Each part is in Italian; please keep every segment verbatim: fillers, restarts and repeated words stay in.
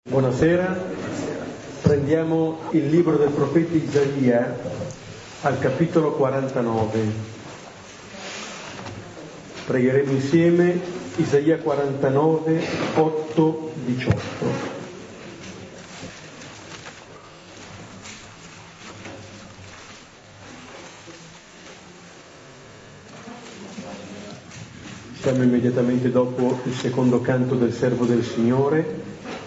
Buonasera, prendiamo il libro del profeta Isaia al capitolo quarantanove. Pregheremo insieme Isaia quarantanove, otto, diciotto. Siamo immediatamente dopo il secondo canto del servo del Signore.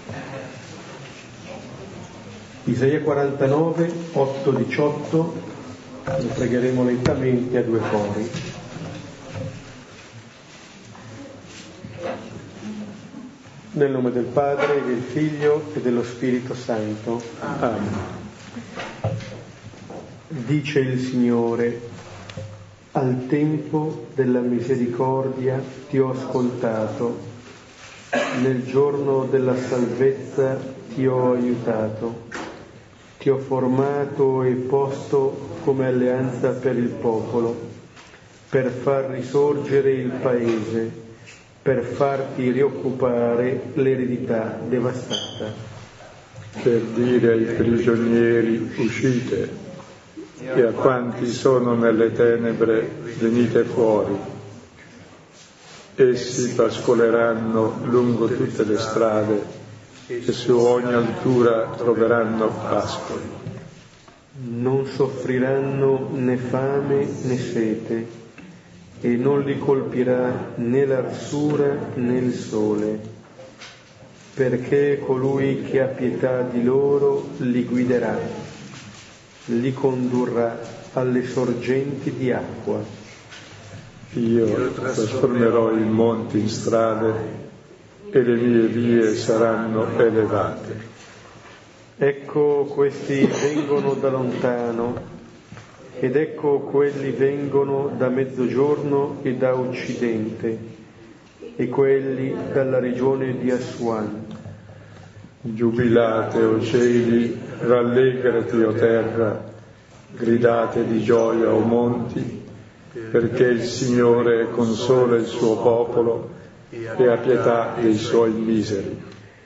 Isaia quarantanove, otto, diciotto, lo pregheremo lentamente a due cori. Nel nome del Padre, del Figlio e dello Spirito Santo. Amen. Dice il Signore: al tempo della misericordia ti ho ascoltato, nel giorno della salvezza ti ho aiutato. Ti ho formato e posto come alleanza per il popolo, per far risorgere il paese, per farti rioccupare l'eredità devastata. Per dire ai prigionieri: uscite, e a quanti sono nelle tenebre venite fuori. Essi pascoleranno lungo tutte le strade, e su ogni altura troveranno pascoli. Non soffriranno né fame né sete, e non li colpirà né l'arsura né il sole, perché colui che ha pietà di loro li guiderà, li condurrà alle sorgenti di acqua. Io trasformerò i monti in strade, e le mie vie saranno elevate. Ecco, questi vengono da lontano, ed ecco quelli vengono da mezzogiorno e da occidente, e quelli dalla regione di Assuan. Giubilate, o cieli, rallegrati, o terra, gridate di gioia, o monti, perché il Signore consola il suo popolo e ha pietà dei suoi miseri.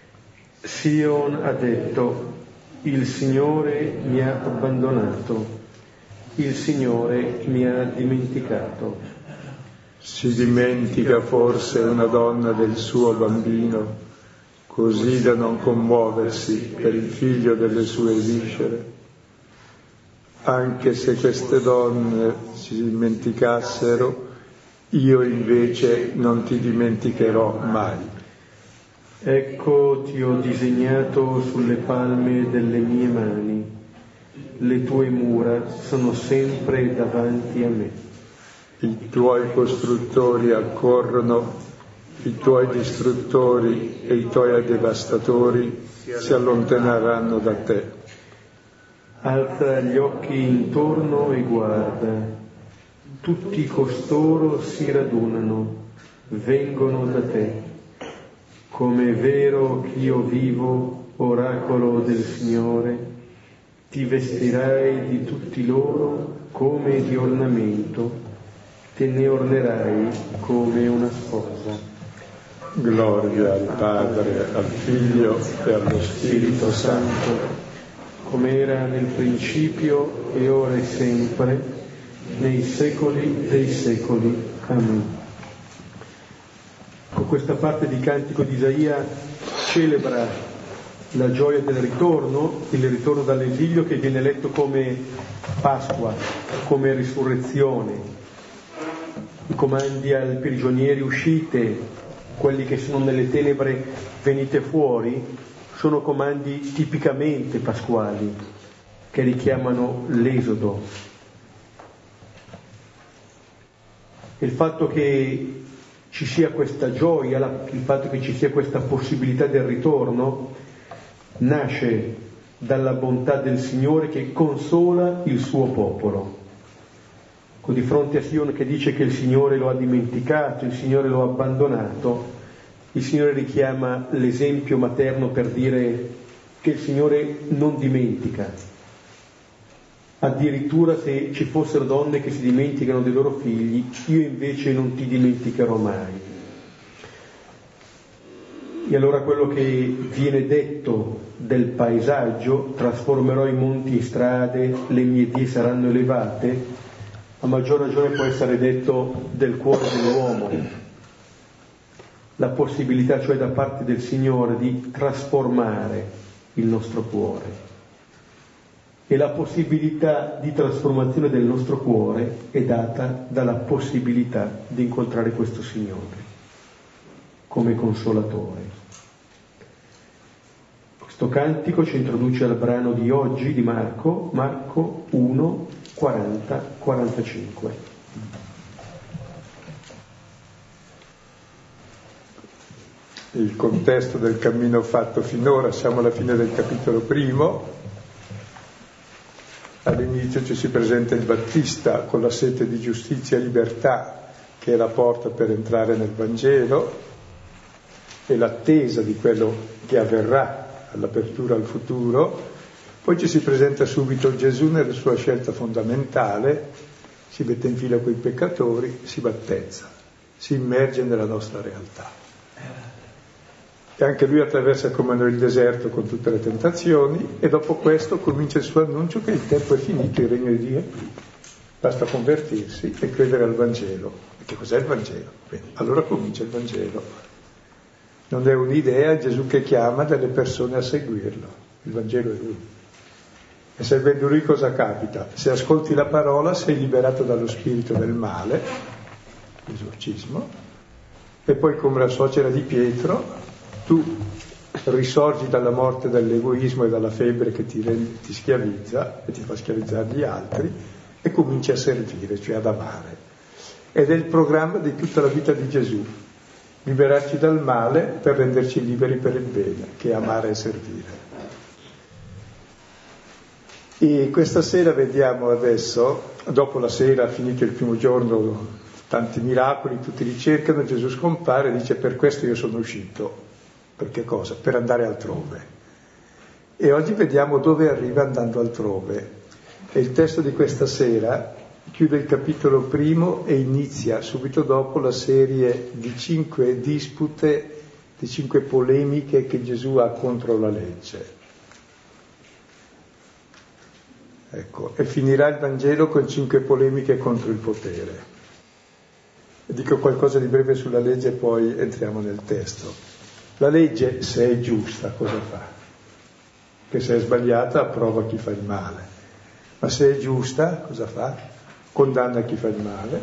Sion ha detto: il Signore mi ha abbandonato, il Signore mi ha dimenticato. Si dimentica forse una donna del suo bambino, così da non commuoversi per il figlio delle sue viscere? Anche se queste donne si dimenticassero, io invece non ti dimenticherò mai. Ecco, ti ho disegnato sulle palme delle mie mani, le tue mura sono sempre davanti a me. I tuoi costruttori accorrono, i tuoi distruttori e i tuoi devastatori si allontaneranno da te. Alza gli occhi intorno e guarda. Tutti costoro si radunano, vengono da te. Come è vero ch'io vivo, oracolo del Signore, ti vestirai di tutti loro come di ornamento, te ne ornerai come una sposa. Gloria al Padre, al Figlio e allo Spirito Santo, come era nel principio e ora e sempre, nei secoli dei secoli. Amen. Con questa parte di Cantico di Isaia celebra la gioia del ritorno, il ritorno dall'esilio, che viene letto come Pasqua, come risurrezione. I comandi ai prigionieri: uscite, quelli che sono nelle tenebre venite fuori, sono comandi tipicamente pasquali che richiamano l'Esodo. Il fatto che ci sia questa gioia, il fatto che ci sia questa possibilità del ritorno, nasce dalla bontà del Signore che consola il suo popolo. Di fronte a Sion che dice che il Signore lo ha dimenticato, il Signore lo ha abbandonato, il Signore richiama l'esempio materno per dire che il Signore non dimentica. Addirittura se ci fossero donne che si dimenticano dei loro figli, io invece non ti dimenticherò mai. E allora quello che viene detto del paesaggio, trasformerò i monti in strade, le mie vie saranno elevate, a maggior ragione può essere detto del cuore dell'uomo, la possibilità cioè da parte del Signore di trasformare il nostro cuore. E la possibilità di trasformazione del nostro cuore è data dalla possibilità di incontrare questo Signore come consolatore. Questo cantico ci introduce al brano di oggi di Marco, Marco uno, quaranta quarantacinque. Il contesto del cammino fatto finora, siamo alla fine del capitolo primo. All'inizio ci si presenta il Battista con la sete di giustizia e libertà, che è la porta per entrare nel Vangelo, e l'attesa di quello che avverrà all'apertura al futuro. Poi ci si presenta subito Gesù nella sua scelta fondamentale, si mette in fila coi peccatori, si battezza, si immerge nella nostra realtà. E anche lui attraversa come noi il deserto con tutte le tentazioni, e dopo questo comincia il suo annuncio che il tempo è finito, il regno di Dio è qui. Basta convertirsi e credere al Vangelo. E che cos'è il Vangelo? Bene, allora comincia il Vangelo. Non è un'idea, è Gesù che chiama delle persone a seguirlo. Il Vangelo è lui. E seguendo lui cosa capita? Se ascolti la parola sei liberato dallo spirito del male, l'esorcismo, e poi come la suocera di Pietro, tu risorgi dalla morte dell'egoismo e dalla febbre che ti, rende, ti schiavizza e ti fa schiavizzare gli altri, e cominci a servire, cioè ad amare. Ed è il programma di tutta la vita di Gesù. Liberarci dal male per renderci liberi per il bene, che è amare e servire. E questa sera vediamo adesso, dopo la sera, finito il primo giorno, tanti miracoli, tutti li cercano, Gesù scompare e dice: per questo io sono uscito. Per che cosa? Per andare altrove. E oggi vediamo dove arriva andando altrove. E il testo di questa sera chiude il capitolo primo e inizia subito dopo la serie di cinque dispute, di cinque polemiche che Gesù ha contro la legge. Ecco, e finirà il Vangelo con cinque polemiche contro il potere. E dico qualcosa di breve sulla legge e poi entriamo nel testo. La legge, se è giusta, cosa fa? Che se è sbagliata approva chi fa il male. Ma se è giusta, cosa fa? Condanna chi fa il male.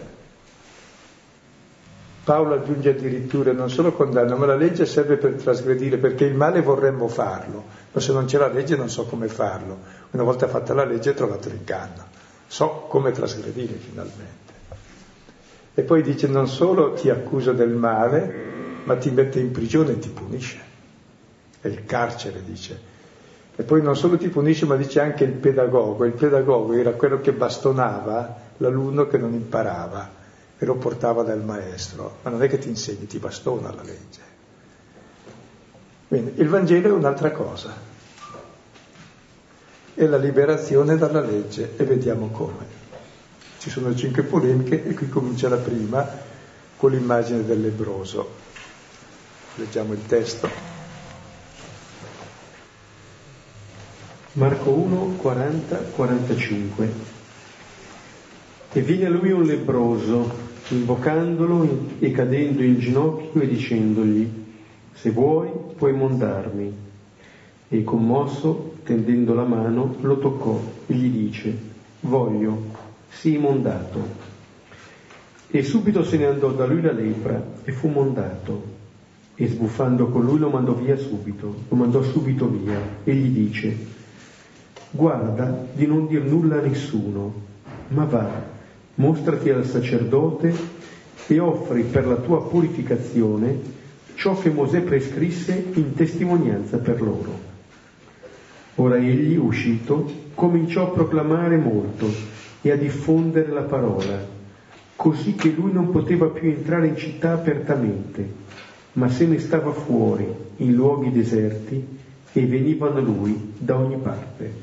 Paolo aggiunge addirittura: non solo condanna, ma la legge serve per trasgredire, perché il male vorremmo farlo, ma se non c'è la legge non so come farlo. Una volta fatta la legge ho trovato l'inganno, so come trasgredire finalmente. E poi dice: non solo ti accusa del male, ma ti mette in prigione e ti punisce. È il carcere, dice. E poi non solo ti punisce, ma dice anche il pedagogo. Il pedagogo era quello che bastonava l'alunno che non imparava e lo portava dal maestro. Ma non è che ti insegni, ti bastona la legge. Bene, il Vangelo è un'altra cosa. È la liberazione dalla legge, e vediamo come. Ci sono cinque polemiche e qui comincia la prima con l'immagine del lebbroso. Leggiamo il testo. Marco uno, quaranta quarantacinque. E viene a lui un lebbroso, invocandolo e cadendo in ginocchio e dicendogli: se vuoi puoi mondarmi. E commosso, tendendo la mano, lo toccò e gli dice: voglio, sii mondato. E subito se ne andò da lui la lepra e fu mondato. E sbuffando con lui lo mandò via subito, lo mandò subito via, e gli dice: guarda di non dir nulla a nessuno, ma va, mostrati al sacerdote e offri per la tua purificazione ciò che Mosè prescrisse in testimonianza per loro. Ora egli, uscito, cominciò a proclamare molto e a diffondere la parola, così che lui non poteva più entrare in città apertamente, ma se ne stava fuori, in luoghi deserti, e venivano a lui da ogni parte.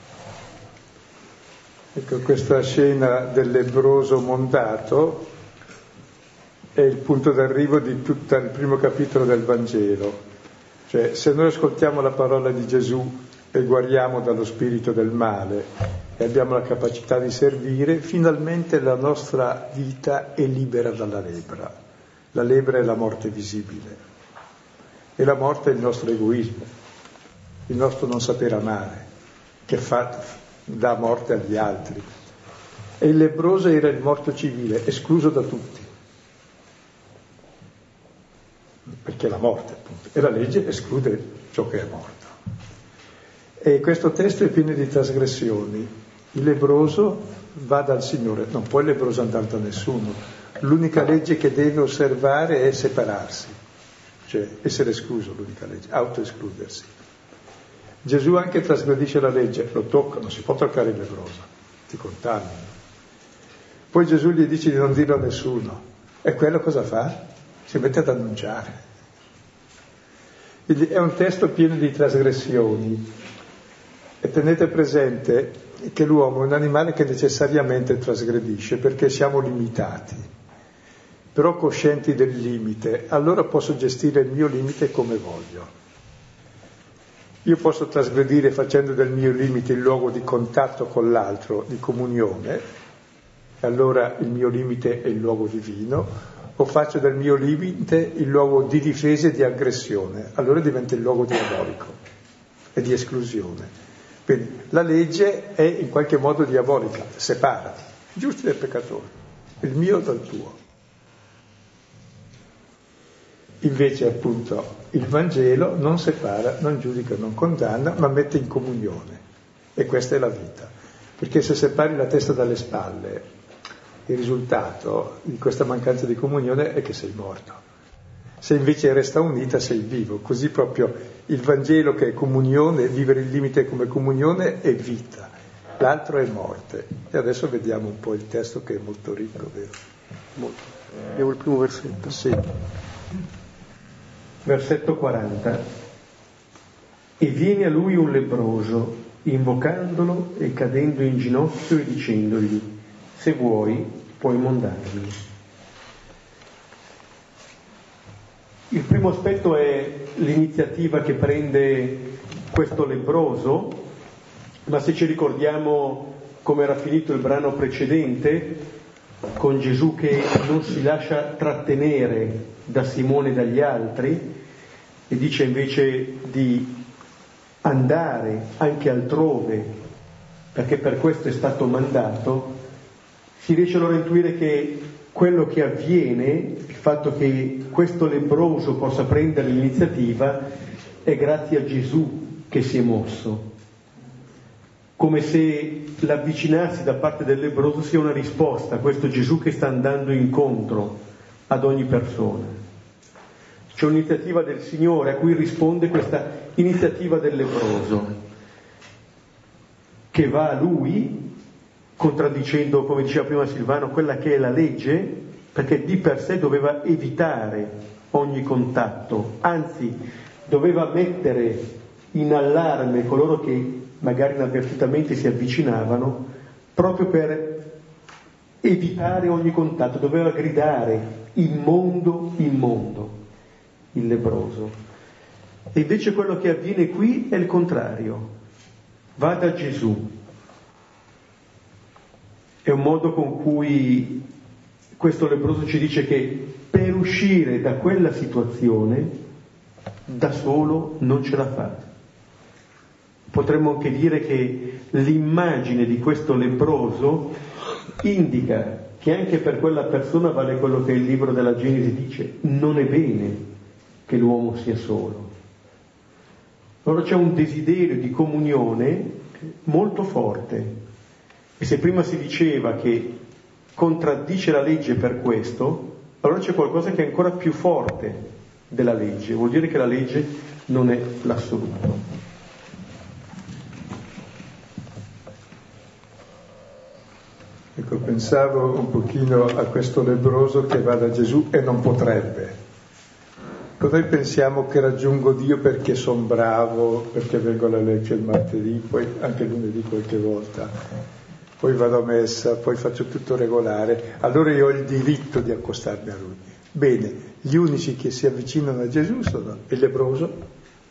Ecco, questa scena del lebbroso mondato è il punto d'arrivo di tutto il primo capitolo del Vangelo. Cioè, se noi ascoltiamo la parola di Gesù e guariamo dallo spirito del male e abbiamo la capacità di servire, finalmente la nostra vita è libera dalla lebbra. La lebbra è la morte visibile e la morte è il nostro egoismo, il nostro non saper amare, che fa, dà morte agli altri. E il lebbroso era il morto civile, escluso da tutti, perché è la morte appunto, e la legge esclude ciò che è morto. E questo testo è pieno di trasgressioni. Il lebbroso va dal Signore, non può il lebbroso andare da nessuno. L'unica legge che deve osservare è separarsi, cioè essere escluso, l'unica legge, autoescludersi. Gesù anche trasgredisce la legge, lo tocca, non si può toccare il lebbroso, ti contamina. Poi Gesù gli dice di non dirlo a nessuno, e quello cosa fa? Si mette ad annunciare. Quindi è un testo pieno di trasgressioni. E tenete presente che l'uomo è un animale che necessariamente trasgredisce perché siamo limitati, però coscienti del limite, allora posso gestire il mio limite come voglio. Io posso trasgredire facendo del mio limite il luogo di contatto con l'altro, di comunione, e allora il mio limite è il luogo divino, o faccio del mio limite il luogo di difesa e di aggressione, allora diventa il luogo diabolico e di esclusione. Quindi la legge è in qualche modo diabolica, separati, giusti dal peccatore, il mio dal tuo. Invece appunto il Vangelo non separa, non giudica, non condanna, ma mette in comunione. E questa è la vita. Perché se separi la testa dalle spalle, il risultato di questa mancanza di comunione è che sei morto. Se invece resta unita sei vivo, così proprio il Vangelo che è comunione, vivere il limite come comunione è vita, l'altro è morte. E adesso vediamo un po' il testo che è molto ricco, vero? Molto. Abbiamo il primo versetto. Sì. Versetto quaranta. E viene a lui un lebbroso, invocandolo e cadendo in ginocchio e dicendogli: se vuoi puoi mondarmi. Il primo aspetto è l'iniziativa che prende questo lebbroso, ma se ci ricordiamo come era finito il brano precedente, con Gesù che non si lascia trattenere da Simone e dagli altri, e dice invece di andare anche altrove, perché per questo è stato mandato, si riesce allora a intuire che quello che avviene, il fatto che questo lebbroso possa prendere l'iniziativa, è grazie a Gesù che si è mosso, come se l'avvicinarsi da parte del lebbroso sia una risposta a questo Gesù che sta andando incontro ad ogni persona. C'è un'iniziativa del Signore a cui risponde questa iniziativa del lebbroso, che va a lui contraddicendo, come diceva prima Silvano, quella che è la legge, perché di per sé doveva evitare ogni contatto, anzi doveva mettere in allarme coloro che magari inavvertitamente si avvicinavano, proprio per evitare ogni contatto, doveva gridare immondo, immondo, il lebbroso. E invece quello che avviene qui è il contrario, va da Gesù. È un modo con cui questo lebbroso ci dice che per uscire da quella situazione da solo non ce la fa. Potremmo anche dire che l'immagine di questo lebbroso indica che anche per quella persona vale quello che il libro della Genesi dice: non è bene che l'uomo sia solo. Allora c'è un desiderio di comunione molto forte. E se prima si diceva che contraddice la legge per questo, allora c'è qualcosa che è ancora più forte della legge. Vuol dire che la legge non è l'assoluto. Ecco, pensavo un pochino a questo lebbroso che va da Gesù e non potrebbe. Noi pensiamo che raggiungo Dio perché sono bravo, perché vengo alla legge il martedì, poi anche lunedì qualche volta. Poi vado a messa, poi faccio tutto regolare, allora io ho il diritto di accostarmi a Lui. Bene, gli unici che si avvicinano a Gesù sono il lebbroso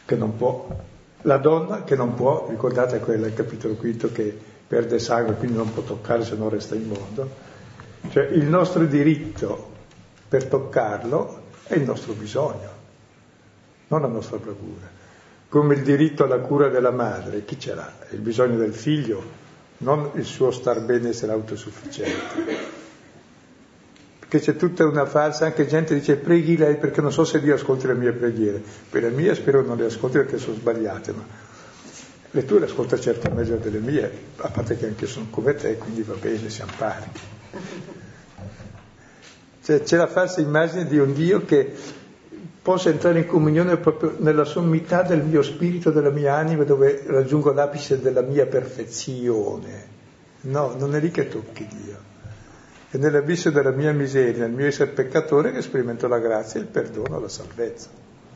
che non può, la donna che non può, ricordate quella, il capitolo quinto, che perde sangue, quindi non può toccare se no resta immondo. Cioè il nostro diritto per toccarlo è il nostro bisogno, non la nostra bravura. Come il diritto alla cura della madre, chi ce l'ha? È il bisogno del figlio, non il suo star bene, essere autosufficiente. Perché c'è tutta una falsa, anche gente dice preghi lei perché non so se Dio ascolti le mie preghiere. Per le mie spero non le ascolti perché sono sbagliate, ma le tue le ascolta certo meglio delle mie, a parte che anche sono come te, quindi va bene, siamo pari. Cioè, c'è la falsa immagine di un Dio che possa entrare in comunione proprio nella sommità del mio spirito, della mia anima, dove raggiungo l'apice della mia perfezione. No, non è lì che tocchi Dio. È nell'abisso della mia miseria, nel mio essere peccatore, che sperimento la grazia, il perdono, la salvezza.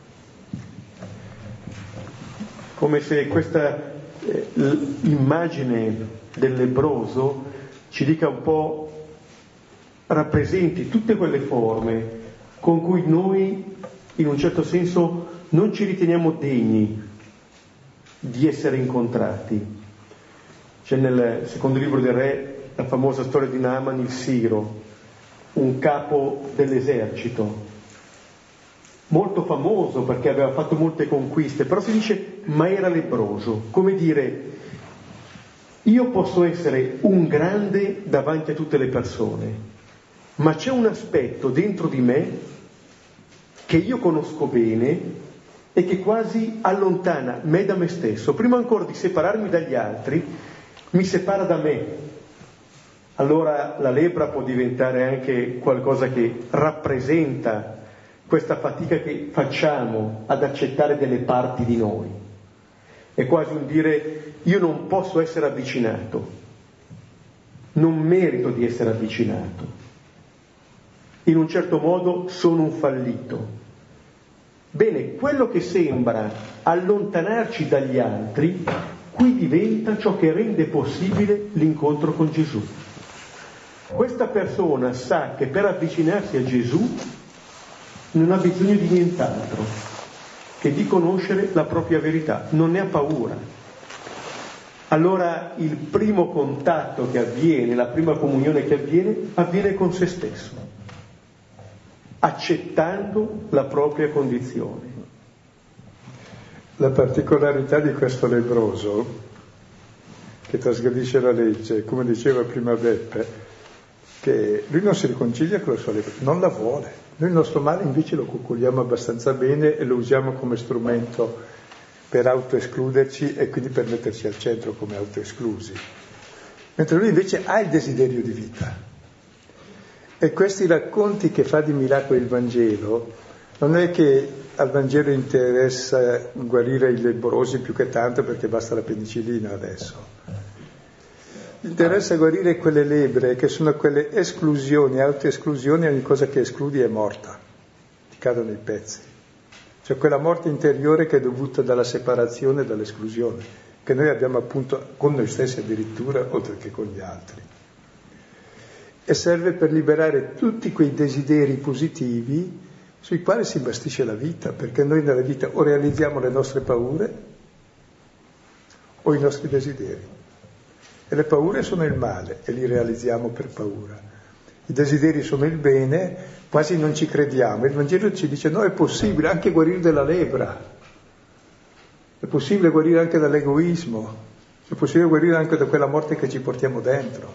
Come se questa eh, immagine del lebbroso ci dica un po', rappresenti tutte quelle forme con cui noi, in un certo senso, non ci riteniamo degni di essere incontrati. C'è nel secondo libro del Re la famosa storia di Naaman il Siro, un capo dell'esercito, molto famoso perché aveva fatto molte conquiste, però si dice ma era lebbroso, come dire io posso essere un grande davanti a tutte le persone, ma c'è un aspetto dentro di me che io conosco bene e che quasi allontana me da me stesso. Prima ancora di separarmi dagli altri, mi separa da me. Allora la lebbra può diventare anche qualcosa che rappresenta questa fatica che facciamo ad accettare delle parti di noi. È quasi un dire io non posso essere avvicinato, non merito di essere avvicinato. In un certo modo sono un fallito. Bene, quello che sembra allontanarci dagli altri, qui diventa ciò che rende possibile l'incontro con Gesù. Questa persona sa che per avvicinarsi a Gesù non ha bisogno di nient'altro che di conoscere la propria verità, non ne ha paura. Allora il primo contatto che avviene, la prima comunione che avviene, avviene con se stesso, accettando la propria condizione. La particolarità di questo lebbroso, che trasgredisce la legge, come diceva prima Beppe, che lui non si riconcilia con la sua lebbra, non la vuole. Noi il nostro male invece lo coccoliamo abbastanza bene e lo usiamo come strumento per autoescluderci e quindi per metterci al centro come autoesclusi. Mentre lui invece ha il desiderio di vita. E questi racconti che fa di miracoli il Vangelo, non è che al Vangelo interessa guarire i lebbrosi più che tanto perché basta la penicillina adesso. Interessa guarire quelle lebbre che sono quelle esclusioni, autoesclusioni, ogni cosa che escludi è morta, ti cadono i pezzi. Cioè quella morte interiore che è dovuta dalla separazione e dall'esclusione, che noi abbiamo appunto con noi stessi addirittura, oltre che con gli altri. E serve per liberare tutti quei desideri positivi sui quali si bastisce la vita, perché noi nella vita o realizziamo le nostre paure o i nostri desideri. E le paure sono il male e li realizziamo per paura. I desideri sono il bene, quasi non ci crediamo. Il Vangelo ci dice no, è possibile anche guarire dalla lebbra, è possibile guarire anche dall'egoismo, è possibile guarire anche da quella morte che ci portiamo dentro.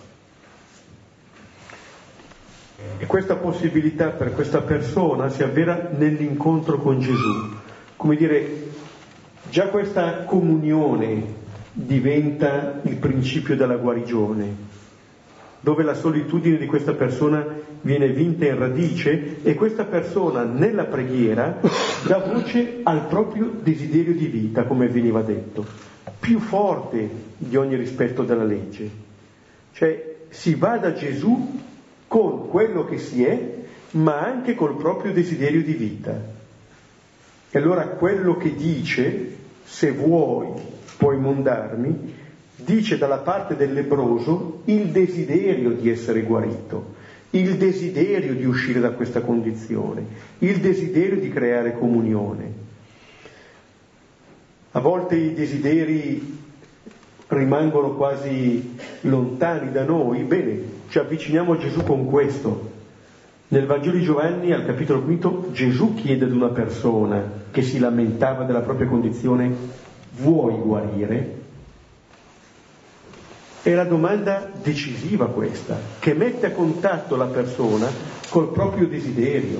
E questa possibilità per questa persona si avvera nell'incontro con Gesù. Come dire, già questa comunione diventa il principio della guarigione, dove la solitudine di questa persona viene vinta in radice e questa persona nella preghiera dà voce al proprio desiderio di vita, come veniva detto, più forte di ogni rispetto della legge. Cioè si va da Gesù con quello che si è, ma anche col proprio desiderio di vita. E allora quello che dice, se vuoi puoi mondarmi, dice dalla parte del lebbroso il desiderio di essere guarito, il desiderio di uscire da questa condizione, il desiderio di creare comunione. volte i desideri rimangono quasi lontani da noi, bene, ci avviciniamo a Gesù con questo. Nel Vangelo di Giovanni, al capitolo quinto, Gesù chiede ad una persona che si lamentava della propria condizione: vuoi guarire? È la domanda decisiva questa, che mette a contatto la persona col proprio desiderio.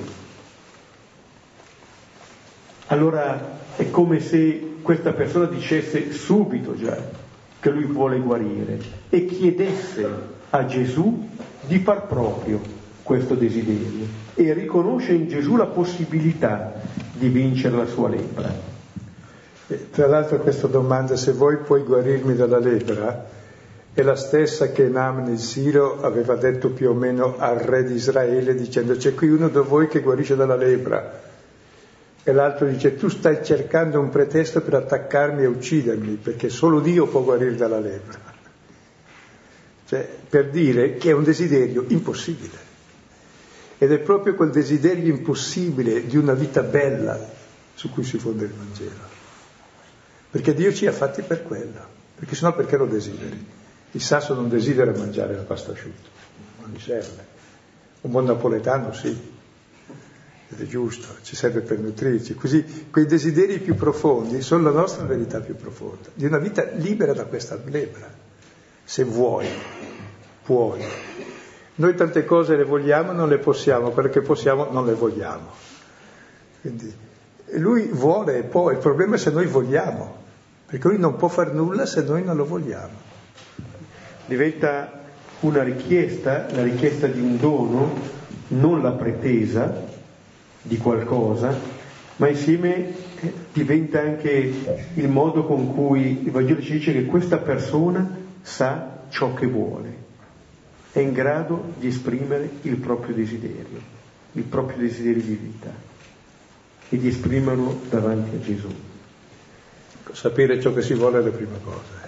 Allora è come se questa persona dicesse subito già che lui vuole guarire e chiedesse a Gesù di far proprio questo desiderio e riconosce in Gesù la possibilità di vincere la sua lepra. E tra l'altro questa domanda, se vuoi puoi guarirmi dalla lepra, è la stessa che Naaman il Siro aveva detto più o meno al re di Israele, dicendo: c'è qui uno da voi che guarisce dalla lepra. E l'altro dice: tu stai cercando un pretesto per attaccarmi e uccidermi, perché solo Dio può guarire dalla lepra. Cioè, per dire che è un desiderio impossibile. Ed è proprio quel desiderio impossibile di una vita bella su cui si fonda il Vangelo. Perché Dio ci ha fatti per quello. Perché sennò perché lo desideri? Il sasso non desidera mangiare la pasta asciutta, non gli serve. Un buon napoletano sì, ed è giusto, ci serve per nutrirci. Così quei desideri più profondi sono la nostra verità più profonda, di una vita libera da questa lepra. Se vuoi, puoi. Noi tante cose le vogliamo, non le possiamo, perché possiamo, non le vogliamo. Quindi lui vuole e può, il problema è se noi vogliamo, perché lui non può far nulla se noi non lo vogliamo. Diventa una richiesta, la richiesta di un dono, non la pretesa di qualcosa, ma insieme diventa anche il modo con cui il Vangelo ci dice che questa persona sa ciò che vuole, è in grado di esprimere il proprio desiderio, il proprio desiderio di vita, e di esprimerlo davanti a Gesù. Sapere ciò che si vuole è la prima cosa.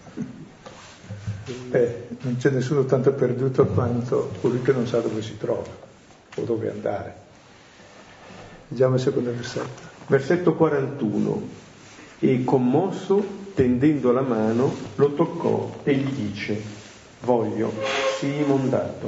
Eh, non c'è nessuno tanto perduto quanto colui che non sa dove si trova o dove andare. Leggiamo il secondo versetto. Versetto quarantuno. E commosso, tendendo la mano, lo toccò e gli dice: voglio, sii mondato.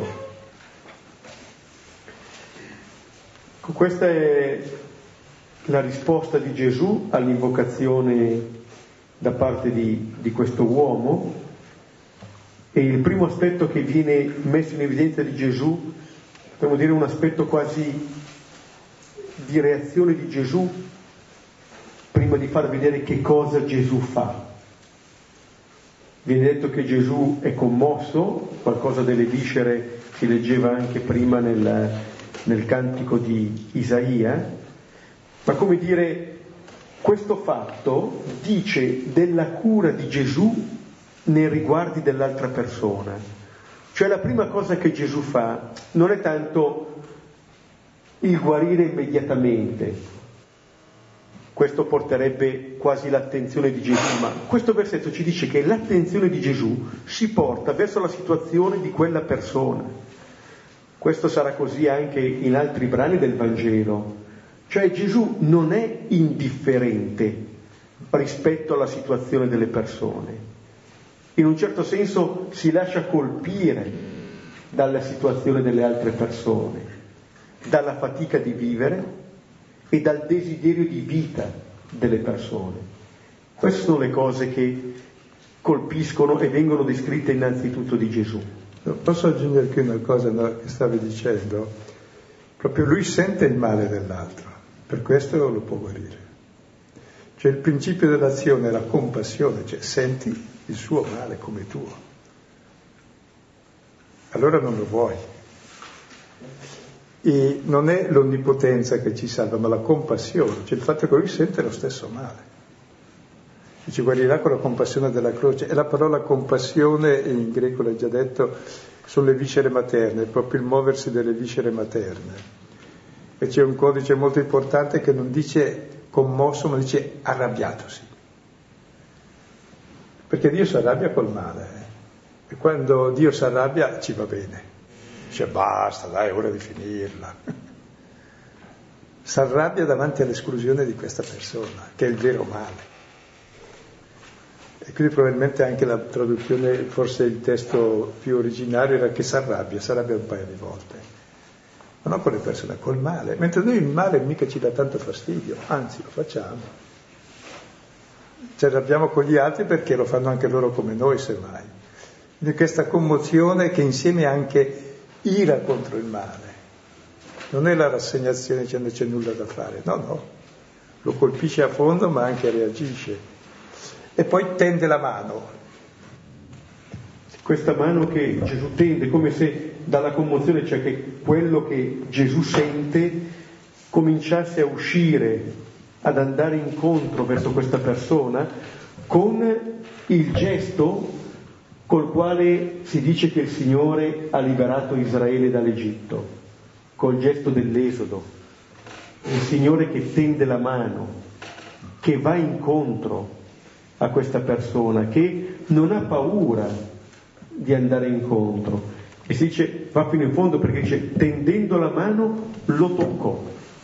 Questa è la risposta di Gesù all'invocazione da parte di, di questo uomo. E il primo aspetto che viene messo in evidenza di Gesù, potremmo dire un aspetto quasi di reazione di Gesù, prima di far vedere che cosa Gesù fa. Viene detto che Gesù è commosso, qualcosa delle viscere si leggeva anche prima nel, nel cantico di Isaia, ma come dire, questo fatto dice della cura di Gesù nei riguardi dell'altra persona. Cioè la prima cosa che Gesù fa non è tanto il guarire immediatamente, questo porterebbe quasi l'attenzione di Gesù, ma questo versetto ci dice che l'attenzione di Gesù si porta verso la situazione di quella persona. Questo sarà così anche in altri brani del Vangelo, cioè Gesù non è indifferente rispetto alla situazione delle persone. In un certo senso si lascia colpire dalla situazione delle altre persone, dalla fatica di vivere e dal desiderio di vita delle persone. Queste sono le cose che colpiscono e vengono descritte innanzitutto di Gesù. Posso aggiungere qui una cosa che stavi dicendo? Proprio lui sente il male dell'altro, per questo lo può guarire. Cioè il principio dell'azione è la compassione, cioè senti il suo male come tuo, allora non lo vuoi. E non è l'onnipotenza che ci salva, ma la compassione, cioè il fatto che lui sente lo stesso male e ci guarirà con la compassione della croce. E la parola compassione in greco, l'hai già detto, sono le viscere materne, è proprio il muoversi delle viscere materne. E c'è un codice molto importante che non dice commosso, ma dice arrabbiatosi. Perché Dio si arrabbia col male, eh? E quando Dio si arrabbia ci va bene, dice basta, dai, è ora di finirla. Si arrabbia davanti all'esclusione di questa persona, che è il vero male. E quindi probabilmente anche la traduzione, forse il testo più originario era che si arrabbia, si arrabbia un paio di volte. Ma non con le persone, col male. Mentre noi il male mica ci dà tanto fastidio, anzi lo facciamo. Ci arrabbiamo con gli altri perché lo fanno anche loro come noi, semmai. Quindi questa commozione che insieme anche ira contro il male. Non è la rassegnazione dicendo c'è nulla da fare, no, no. Lo colpisce a fondo ma anche reagisce. E poi tende la mano. Questa mano che Gesù tende, come se dalla commozione, cioè che quello che Gesù sente cominciasse a uscire, ad andare incontro verso questa persona, con il gesto col quale si dice che il Signore ha liberato Israele dall'Egitto, col gesto dell'Esodo. Il Signore che tende la mano, che va incontro a questa persona, che non ha paura di andare incontro. E si dice, va fino in fondo perché dice, tendendo la mano lo toccò.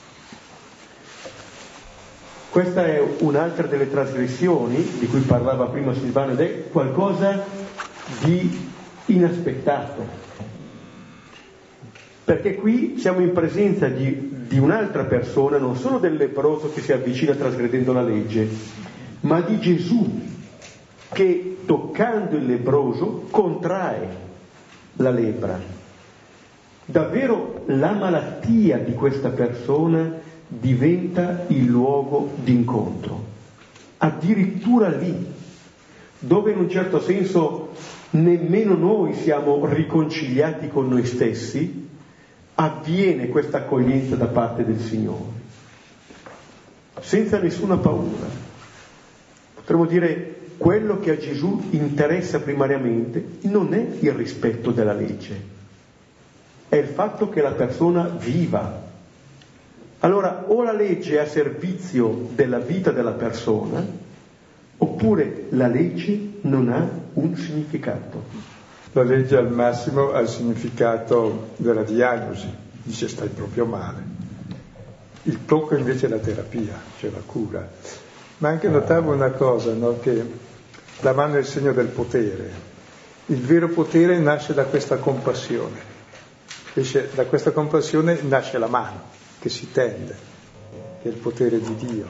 Questa è un'altra delle trasgressioni di cui parlava prima Silvano ed è qualcosa di inaspettato. Perché qui siamo in presenza di, di un'altra persona, non solo del leproso che si avvicina trasgredendo la legge, ma di Gesù che toccando il leproso contrae la lepra. Davvero la malattia di questa persona diventa il luogo d'incontro. Addirittura lì, dove in un certo senso nemmeno noi siamo riconciliati con noi stessi, avviene questa accoglienza da parte del Signore, senza nessuna paura. Potremmo dire, quello che a Gesù interessa primariamente non è il rispetto della legge, è il fatto che la persona viva. Allora, o la legge è a servizio della vita della persona, oppure la legge non ha un significato. La legge al massimo ha il significato della diagnosi, dice stai proprio male. Il tocco invece è la terapia, cioè la cura. Ma anche notavo una cosa, no? Che la mano è il segno del potere. Il vero potere nasce da questa compassione. Invece da questa compassione nasce la mano che si tende, che è il potere di Dio.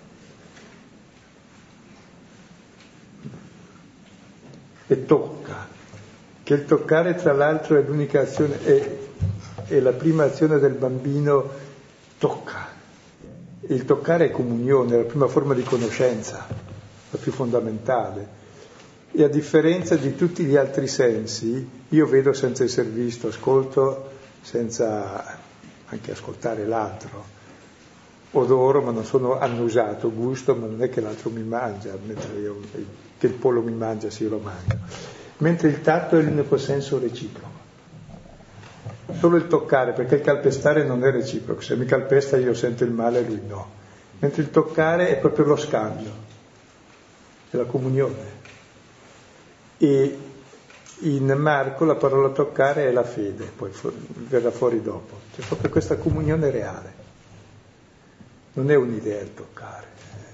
E tocca, che il toccare tra l'altro è l'unica azione, è, è la prima azione del bambino, tocca. Il toccare è comunione, è la prima forma di conoscenza, la più fondamentale. E a differenza di tutti gli altri sensi, io vedo senza essere visto, ascolto senza anche ascoltare l'altro, odoro ma non sono annusato, gusto ma non è che l'altro mi mangia, mentre io, che il pollo mi mangia se io lo mangio. Mentre il tatto è l'unico senso reciproco. Solo il toccare, perché il calpestare non è reciproco, se mi calpesta io sento il male e lui no, mentre il toccare è proprio lo scambio, è la comunione. E in Marco la parola toccare è la fede, poi fu- verrà fuori dopo, c'è proprio questa comunione reale, non è un'idea il toccare.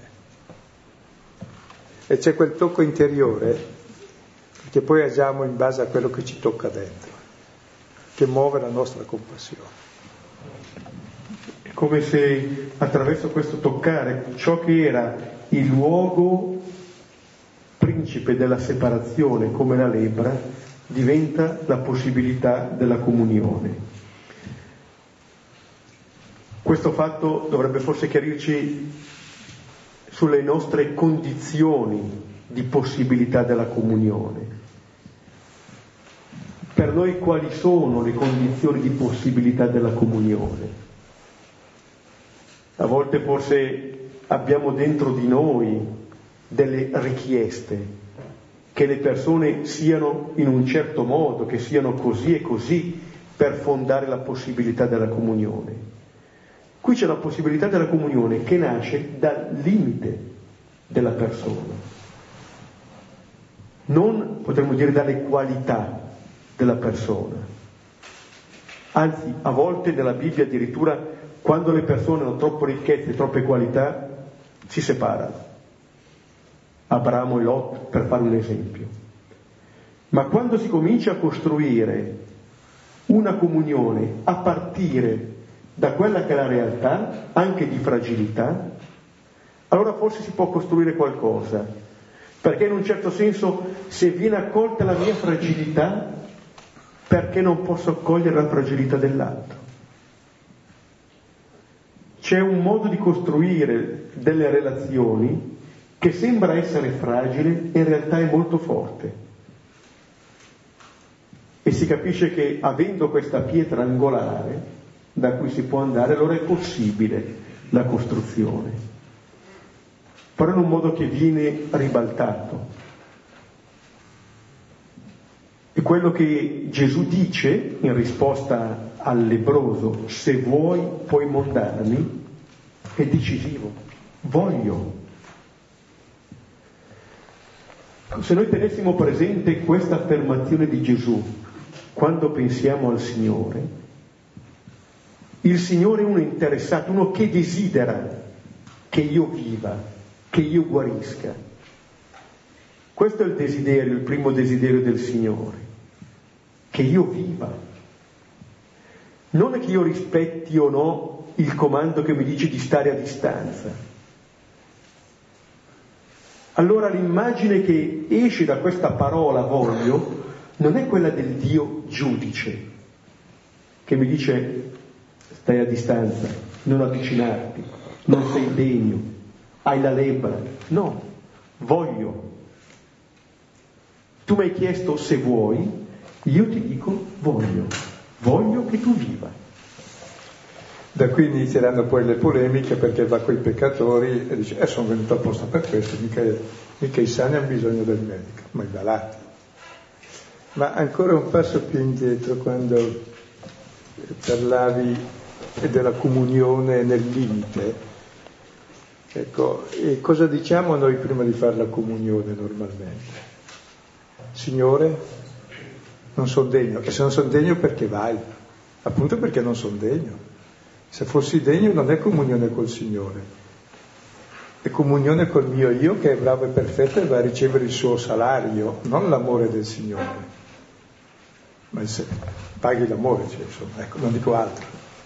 E c'è quel tocco interiore, perché poi agiamo in base a quello che ci tocca dentro, che muove la nostra compassione. È come se attraverso questo toccare ciò che era il luogo principe della separazione, come la lepra, diventa la possibilità della comunione. Questo fatto dovrebbe forse chiarirci sulle nostre condizioni di possibilità della comunione. Per noi quali sono le condizioni di possibilità della comunione? A volte forse abbiamo dentro di noi delle richieste, che le persone siano in un certo modo, che siano così e così per fondare la possibilità della comunione. Qui c'è la possibilità della comunione che nasce dal limite della persona, non potremmo dire dalle qualità della persona. Anzi, a volte nella Bibbia addirittura quando le persone hanno troppe ricchezze e troppe qualità si separano. Abramo e Lot, per fare un esempio. Ma quando si comincia a costruire una comunione a partire da quella che è la realtà, anche di fragilità, allora forse si può costruire qualcosa, perché in un certo senso, se viene accolta la mia fragilità, perché non posso accogliere la fragilità dell'altro? C'è un modo di costruire delle relazioni che sembra essere fragile e in realtà è molto forte. E si capisce che avendo questa pietra angolare da cui si può andare, allora è possibile la costruzione, però in un modo che viene ribaltato. E quello che Gesù dice in risposta al lebbroso, se vuoi puoi mondarmi, è decisivo. Voglio. Se noi tenessimo presente questa affermazione di Gesù quando pensiamo al Signore, il Signore è uno interessato, uno che desidera che io viva, che io guarisca. Questo è il desiderio, il primo desiderio del Signore, che io viva. Non è che io rispetti o no il comando che mi dice di stare a distanza. Allora l'immagine che esce da questa parola voglio non è quella del Dio giudice, che mi dice stai a distanza, non avvicinarti, non sei degno, hai la lebbra. No, voglio. Tu mi hai chiesto se vuoi, io ti dico voglio, voglio che tu viva. Da qui inizieranno poi le polemiche, perché va coi peccatori e dice eh sono venuto apposta per questo, mica, mica i sani hanno bisogno del medico, ma i malati. Ma ancora un passo più indietro, quando parlavi della comunione nel limite, ecco, e cosa diciamo noi prima di fare la comunione normalmente? Signore, non sono degno, e se non sono degno perché vai? Appunto perché non sono degno. Se fossi degno non è comunione col Signore, è comunione col mio io che è bravo e perfetto e va a ricevere il suo salario, non l'amore del Signore. Ma se paghi l'amore, cioè, insomma, ecco, non dico altro.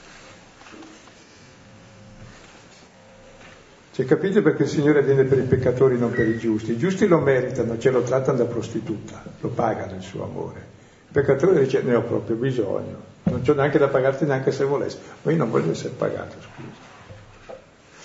Cioè, capite perché il Signore viene per i peccatori, non per i giusti? I giusti lo meritano, ce lo trattano da prostituta, lo pagano il suo amore. Il peccatore dice ne ho proprio bisogno, non c'ho neanche da pagarti neanche se volessi, ma io non voglio essere pagato, scusa.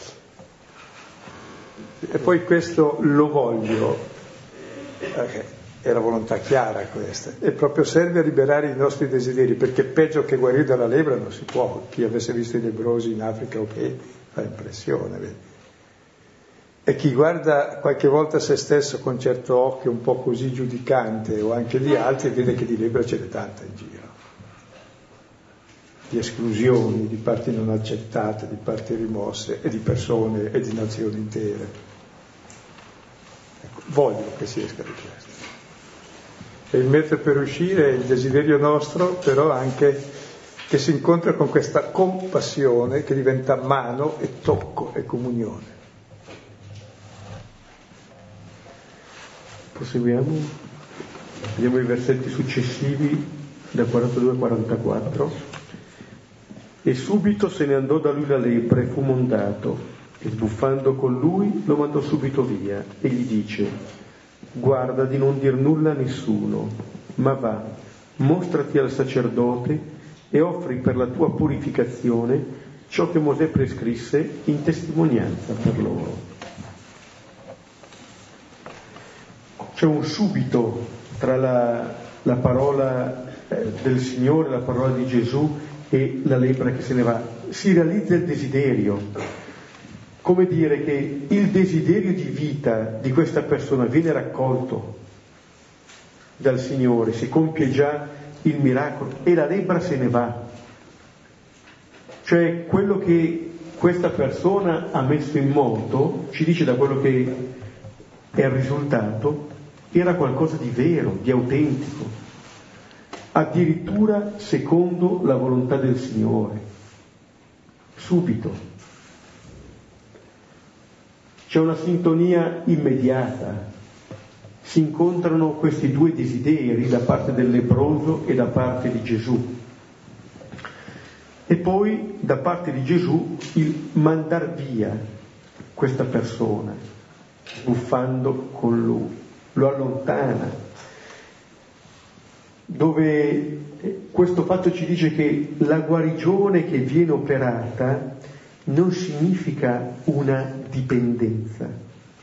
E poi questo lo voglio, okay, è la volontà chiara questa, e proprio serve a liberare i nostri desideri, perché peggio che guarire dalla lebbra non si può. Chi avesse visto i lebbrosi in Africa, ok, fa impressione, vedi? E chi guarda qualche volta se stesso con certo occhio un po' così giudicante, o anche gli altri, vede che di lebbra ce n'è tanta in giro. Di esclusioni, di parti non accettate, di parti rimosse, e di persone e di nazioni intere. Ecco, voglio che si esca di questo. E il mezzo per uscire è il desiderio nostro, però anche che si incontra con questa compassione che diventa mano e tocco e comunione. Proseguiamo, vediamo i versetti successivi da quarantadue a quarantaquattro. E subito se ne andò da lui la lepre e fu mondato, e sbuffando con lui lo mandò subito via e gli dice: guarda di non dir nulla a nessuno, ma va, mostrati al sacerdote e offri per la tua purificazione ciò che Mosè prescrisse in testimonianza per loro. C'è un subito tra la, la parola eh, del Signore, la parola di Gesù e la lepre che se ne va. Si realizza il desiderio, come dire che il desiderio di vita di questa persona viene raccolto dal Signore, si compie già il miracolo e la lepre se ne va. Cioè quello che questa persona ha messo in moto, ci dice da quello che è il risultato, era qualcosa di vero, di autentico, addirittura secondo la volontà del Signore, subito. C'è c'è una sintonia immediata. Si incontrano questi due desideri da parte del lebbroso e da parte di Gesù. E poi da parte di Gesù il mandar via questa persona, buffando con lui, lo allontana. Dove questo fatto ci dice che la guarigione che viene operata non significa una dipendenza.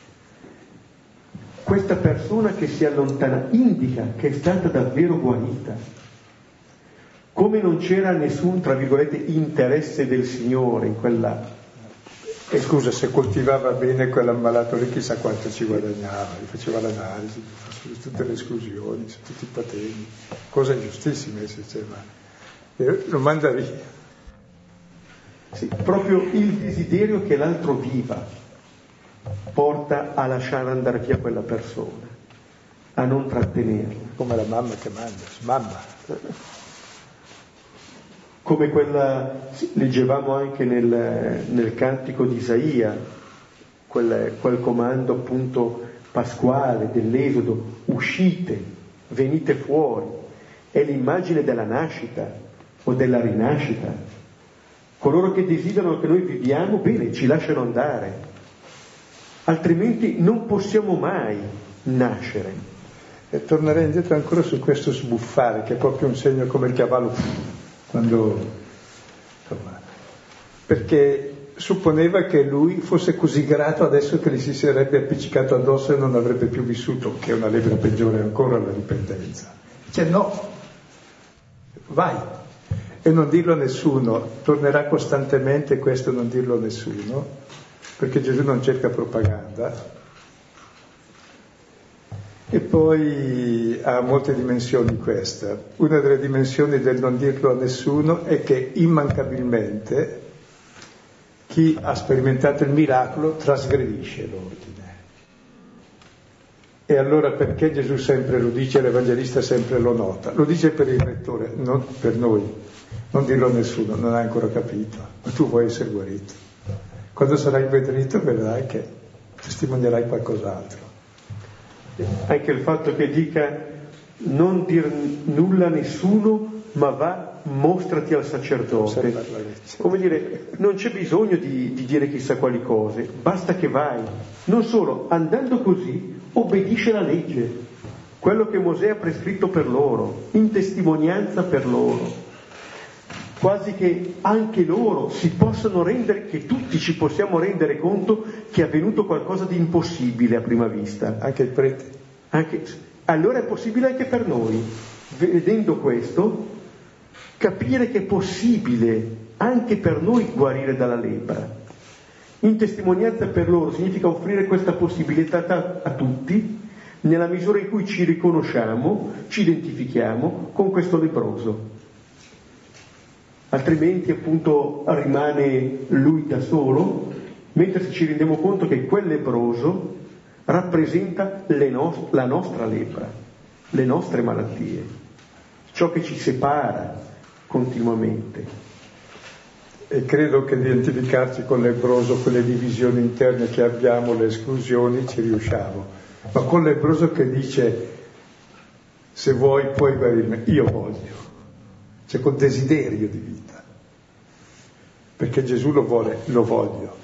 Questa persona che si allontana indica che è stata davvero guarita. Come non c'era nessun, tra virgolette, interesse del Signore in quella... E scusa, se coltivava bene quell'ammalato lì chissà quanto ci guadagnava, gli faceva l'analisi, su tutte le esclusioni, su tutti i patemi, cose giustissime si diceva, e lo manda via. Sì, proprio il desiderio che l'altro viva porta a lasciare andare via quella persona, a non trattenerla. Come la mamma che manda, mamma. Come quella, leggevamo anche nel, nel cantico di Isaia, quel, quel comando appunto pasquale dell'Esodo, uscite, venite fuori, è l'immagine della nascita o della rinascita. Coloro che desiderano che noi viviamo, bene, ci lasciano andare, altrimenti non possiamo mai nascere. E tornerei indietro ancora su questo sbuffare, che è proprio un segno come il cavallo, quando, insomma, perché supponeva che lui fosse così grato adesso che gli si sarebbe appiccicato addosso e non avrebbe più vissuto, che è una lepre peggiore ancora, la dipendenza. Dice no, vai, e non dirlo a nessuno, tornerà costantemente questo non dirlo a nessuno, perché Gesù non cerca propaganda. E poi ha molte dimensioni questa. Una delle dimensioni del non dirlo a nessuno è che immancabilmente chi ha sperimentato il miracolo trasgredisce l'ordine. E allora perché Gesù sempre lo dice, l'Evangelista sempre lo nota? Lo dice per il lettore, non per noi. Non dirlo a nessuno, non hai ancora capito, ma tu vuoi essere guarito. Quando sarai invedrito vedrai che testimonierai qualcos'altro. Anche il fatto che dica non dir nulla a nessuno, ma va, mostrati al sacerdote. Come dire, non c'è bisogno di, di dire chissà quali cose, basta che vai. Non solo, andando così, obbedisce la legge, quello che Mosè ha prescritto per loro, in testimonianza per loro. Quasi che anche loro si possano rendere, che tutti ci possiamo rendere conto che è avvenuto qualcosa di impossibile a prima vista. Anche il prete. Anche, allora è possibile anche per noi, vedendo questo, capire che è possibile anche per noi guarire dalla lepra. In testimonianza per loro significa offrire questa possibilità a, a tutti, nella misura in cui ci riconosciamo, ci identifichiamo con questo lebbroso. Altrimenti appunto rimane lui da solo, mentre ci rendiamo conto che quel lebbroso rappresenta le no- la nostra lepra, le nostre malattie, ciò che ci separa continuamente. E credo che identificarci con il lebbroso, con le divisioni interne che abbiamo, le esclusioni, ci riusciamo. Ma con il lebbroso che dice se vuoi puoi guarirmi, io voglio. C'è col desiderio di vita, perché Gesù lo vuole, lo voglio.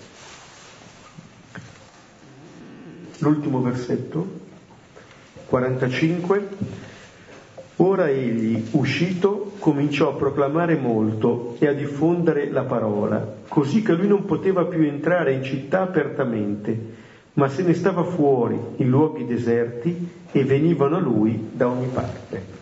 L'ultimo versetto, quarantacinque, ora egli, uscito, cominciò a proclamare molto e a diffondere la parola, così che lui non poteva più entrare in città apertamente, ma se ne stava fuori in luoghi deserti e venivano a lui da ogni parte.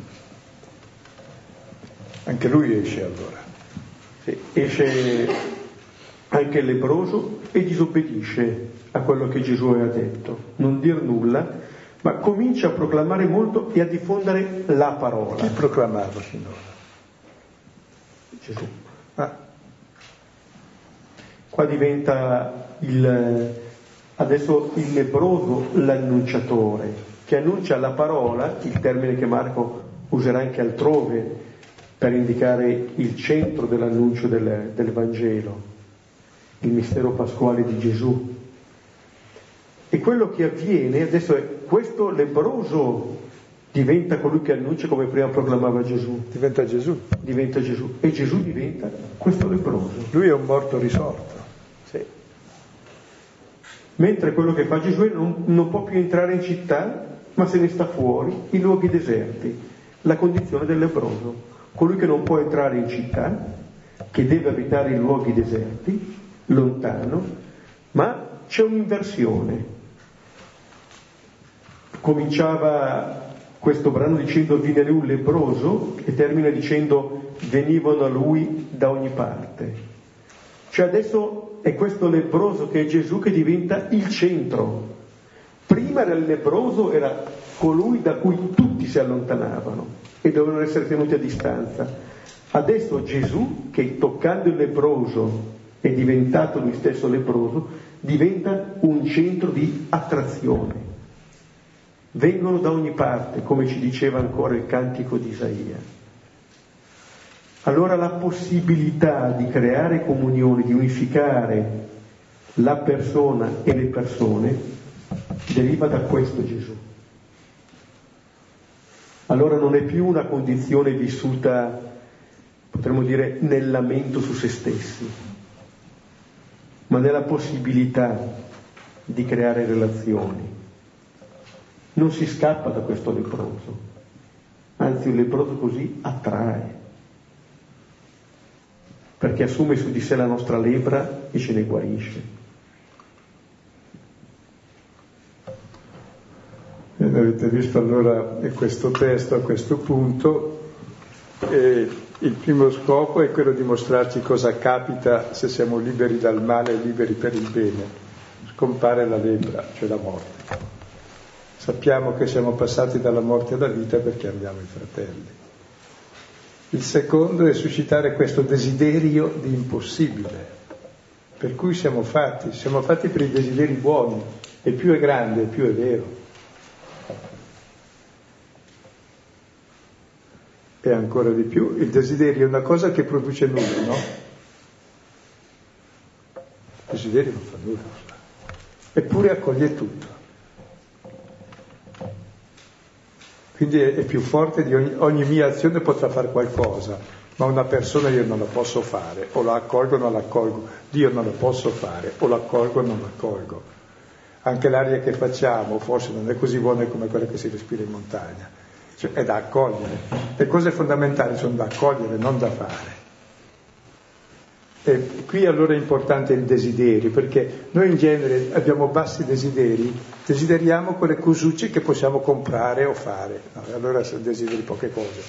Anche lui esce allora. Sì, esce anche il lebbroso e disobbedisce a quello che Gesù aveva detto. Non dir nulla, ma comincia a proclamare molto e a diffondere la parola. Chi proclamava finora? Gesù. Ah. Qua diventa il, adesso il lebbroso l'annunciatore, che annuncia la parola, il termine che Marco userà anche altrove, per indicare il centro dell'annuncio del, del Vangelo, il mistero pasquale di Gesù. E quello che avviene adesso è questo lebbroso diventa colui che annuncia, come prima proclamava Gesù. Diventa Gesù. Diventa Gesù. E Gesù diventa questo lebbroso. Lui è un morto risorto. Sì. Mentre quello che fa Gesù è non, non può più entrare in città, ma se ne sta fuori, in luoghi deserti. La condizione del lebbroso. Colui che non può entrare in città, che deve abitare in luoghi deserti, lontano, ma c'è un'inversione. Cominciava questo brano dicendo viene lui un lebbroso e termina dicendo venivano a lui da ogni parte. Cioè adesso è questo lebbroso che è Gesù che diventa il centro. Prima era il lebbroso, era colui da cui tutti si allontanavano e dovevano essere tenuti a distanza. Adesso Gesù, che toccando il lebbroso è diventato lui stesso lebbroso, diventa un centro di attrazione. Vengono da ogni parte, come ci diceva ancora il cantico di Isaia. Allora la possibilità di creare comunione, di unificare la persona e le persone, deriva da questo Gesù. Allora non è più una condizione vissuta, potremmo dire, nel lamento su se stessi, ma nella possibilità di creare relazioni. Non si scappa da questo lebbroso, anzi un lebbroso così attrae, perché assume su di sé la nostra lebbra e ce ne guarisce. E avete visto allora questo testo a questo punto, e il primo scopo è quello di mostrarci cosa capita se siamo liberi dal male e liberi per il bene. Scompare la lebbra, cioè la morte. Sappiamo che siamo passati dalla morte alla vita perché amiamo i fratelli. Il secondo è suscitare questo desiderio di impossibile, per cui siamo fatti, siamo fatti per i desideri buoni, e più è grande, più è vero. E ancora di più, il desiderio è una cosa che produce nulla, no? Il desiderio non fa nulla, eppure accoglie tutto. Quindi è, è più forte di ogni, ogni mia azione potrà fare qualcosa, ma una persona io non la posso fare, o la accolgo o non la accolgo. Dio non la posso fare, o l'accolgo o non l'accolgo. Anche l'aria che facciamo forse non è così buona come quella che si respira in montagna, cioè è da accogliere. Le cose fondamentali sono da accogliere, non da fare. E qui allora è importante il desiderio, perché noi in genere abbiamo bassi desideri, desideriamo quelle cosucce che possiamo comprare o fare, no, allora desideri poche cose.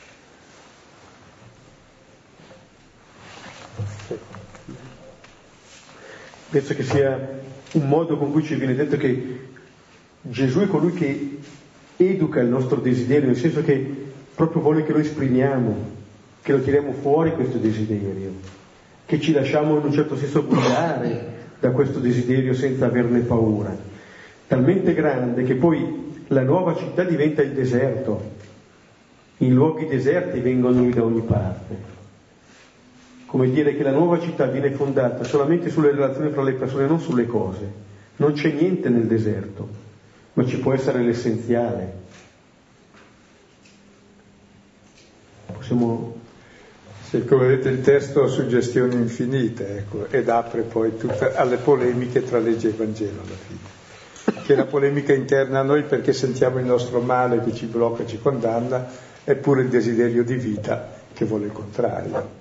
Penso che sia un modo con cui ci viene detto che Gesù è colui che educa il nostro desiderio, nel senso che proprio vuole che lo esprimiamo, che lo tiriamo fuori questo desiderio, che ci lasciamo in un certo senso guidare da questo desiderio senza averne paura, talmente grande che poi la nuova città diventa il deserto, in luoghi deserti vengono lui da ogni parte, come dire che la nuova città viene fondata solamente sulle relazioni fra le persone, non sulle cose. Non c'è niente nel deserto, ma ci può essere l'essenziale. Possiamo... Sì, come vedete il testo ha suggestioni infinite, ecco, ed apre poi tutte alle polemiche tra legge e Vangelo alla fine. Che è la polemica interna a noi perché sentiamo il nostro male che ci blocca, ci condanna, eppure il desiderio di vita che vuole il contrario.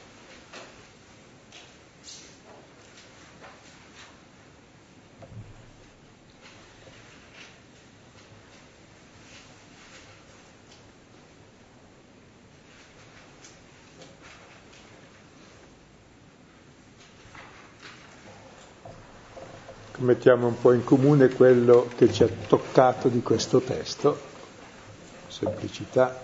Mettiamo un po' in comune quello che ci ha toccato di questo testo, semplicità.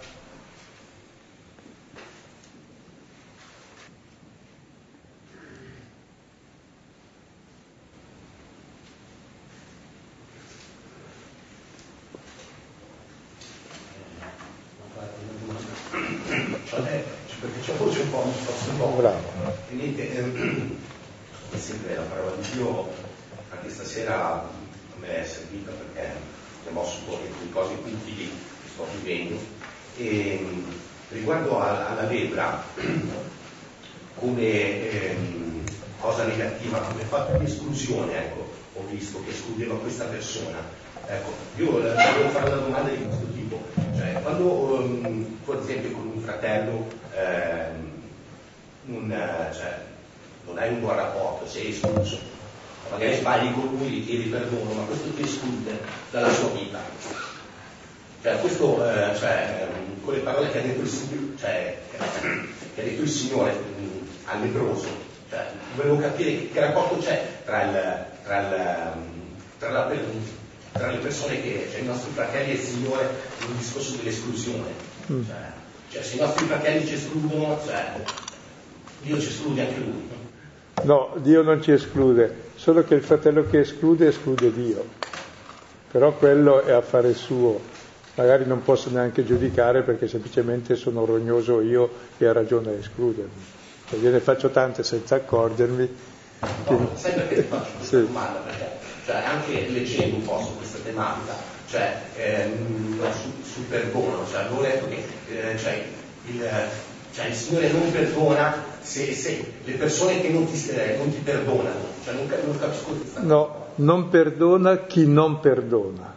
Perché c'è forse un po' un sforzo un po'. Bravo. E niente, ehm, è sempre la parola di Dio. Anche stasera a me è servita perché abbiamo mosso un po' di cose utili che sto vivendo. E, riguardo a, alla lepra, come ehm, cosa negativa, come fatto di esclusione, ecco, ho visto che escludeva questa persona. Ecco, io volevo fare una domanda di questo tipo, cioè quando um, tu ad esempio con un fratello ehm, un, cioè, non hai un buon rapporto, sei escluso, magari sbagli con lui, gli chiedi perdono, ma questo ti esclude dalla sua vita. Cioè questo, eh, cioè, con le parole che ha detto il Signore, cioè, che ha detto il Signore mh, al leproso, cioè, volevo capire che rapporto c'è tra, il, tra, il, tra, la, tra le persone che, cioè i nostri fratelli e il Signore, nel discorso dell'esclusione. Mm. Cioè, cioè se i nostri fratelli ci escludono, cioè, Dio ci esclude anche lui. No, Dio non ci esclude, solo che il fratello che esclude esclude Dio. Però quello è affare suo, magari non posso neanche giudicare perché semplicemente sono rognoso io e ha ragione a escludermi. E gliene faccio tante senza accorgermi. No, che... sai perché ti faccio questa sì. domanda? Perché cioè, anche leggendo un po' su questa tematica, cioè ehm, su, sul perdono, cioè avevo letto che eh, cioè, il, cioè, il Signore non perdona se, se le persone che non ti, eh, non ti perdonano, cioè non, non capisco questa. No, non perdona chi non perdona.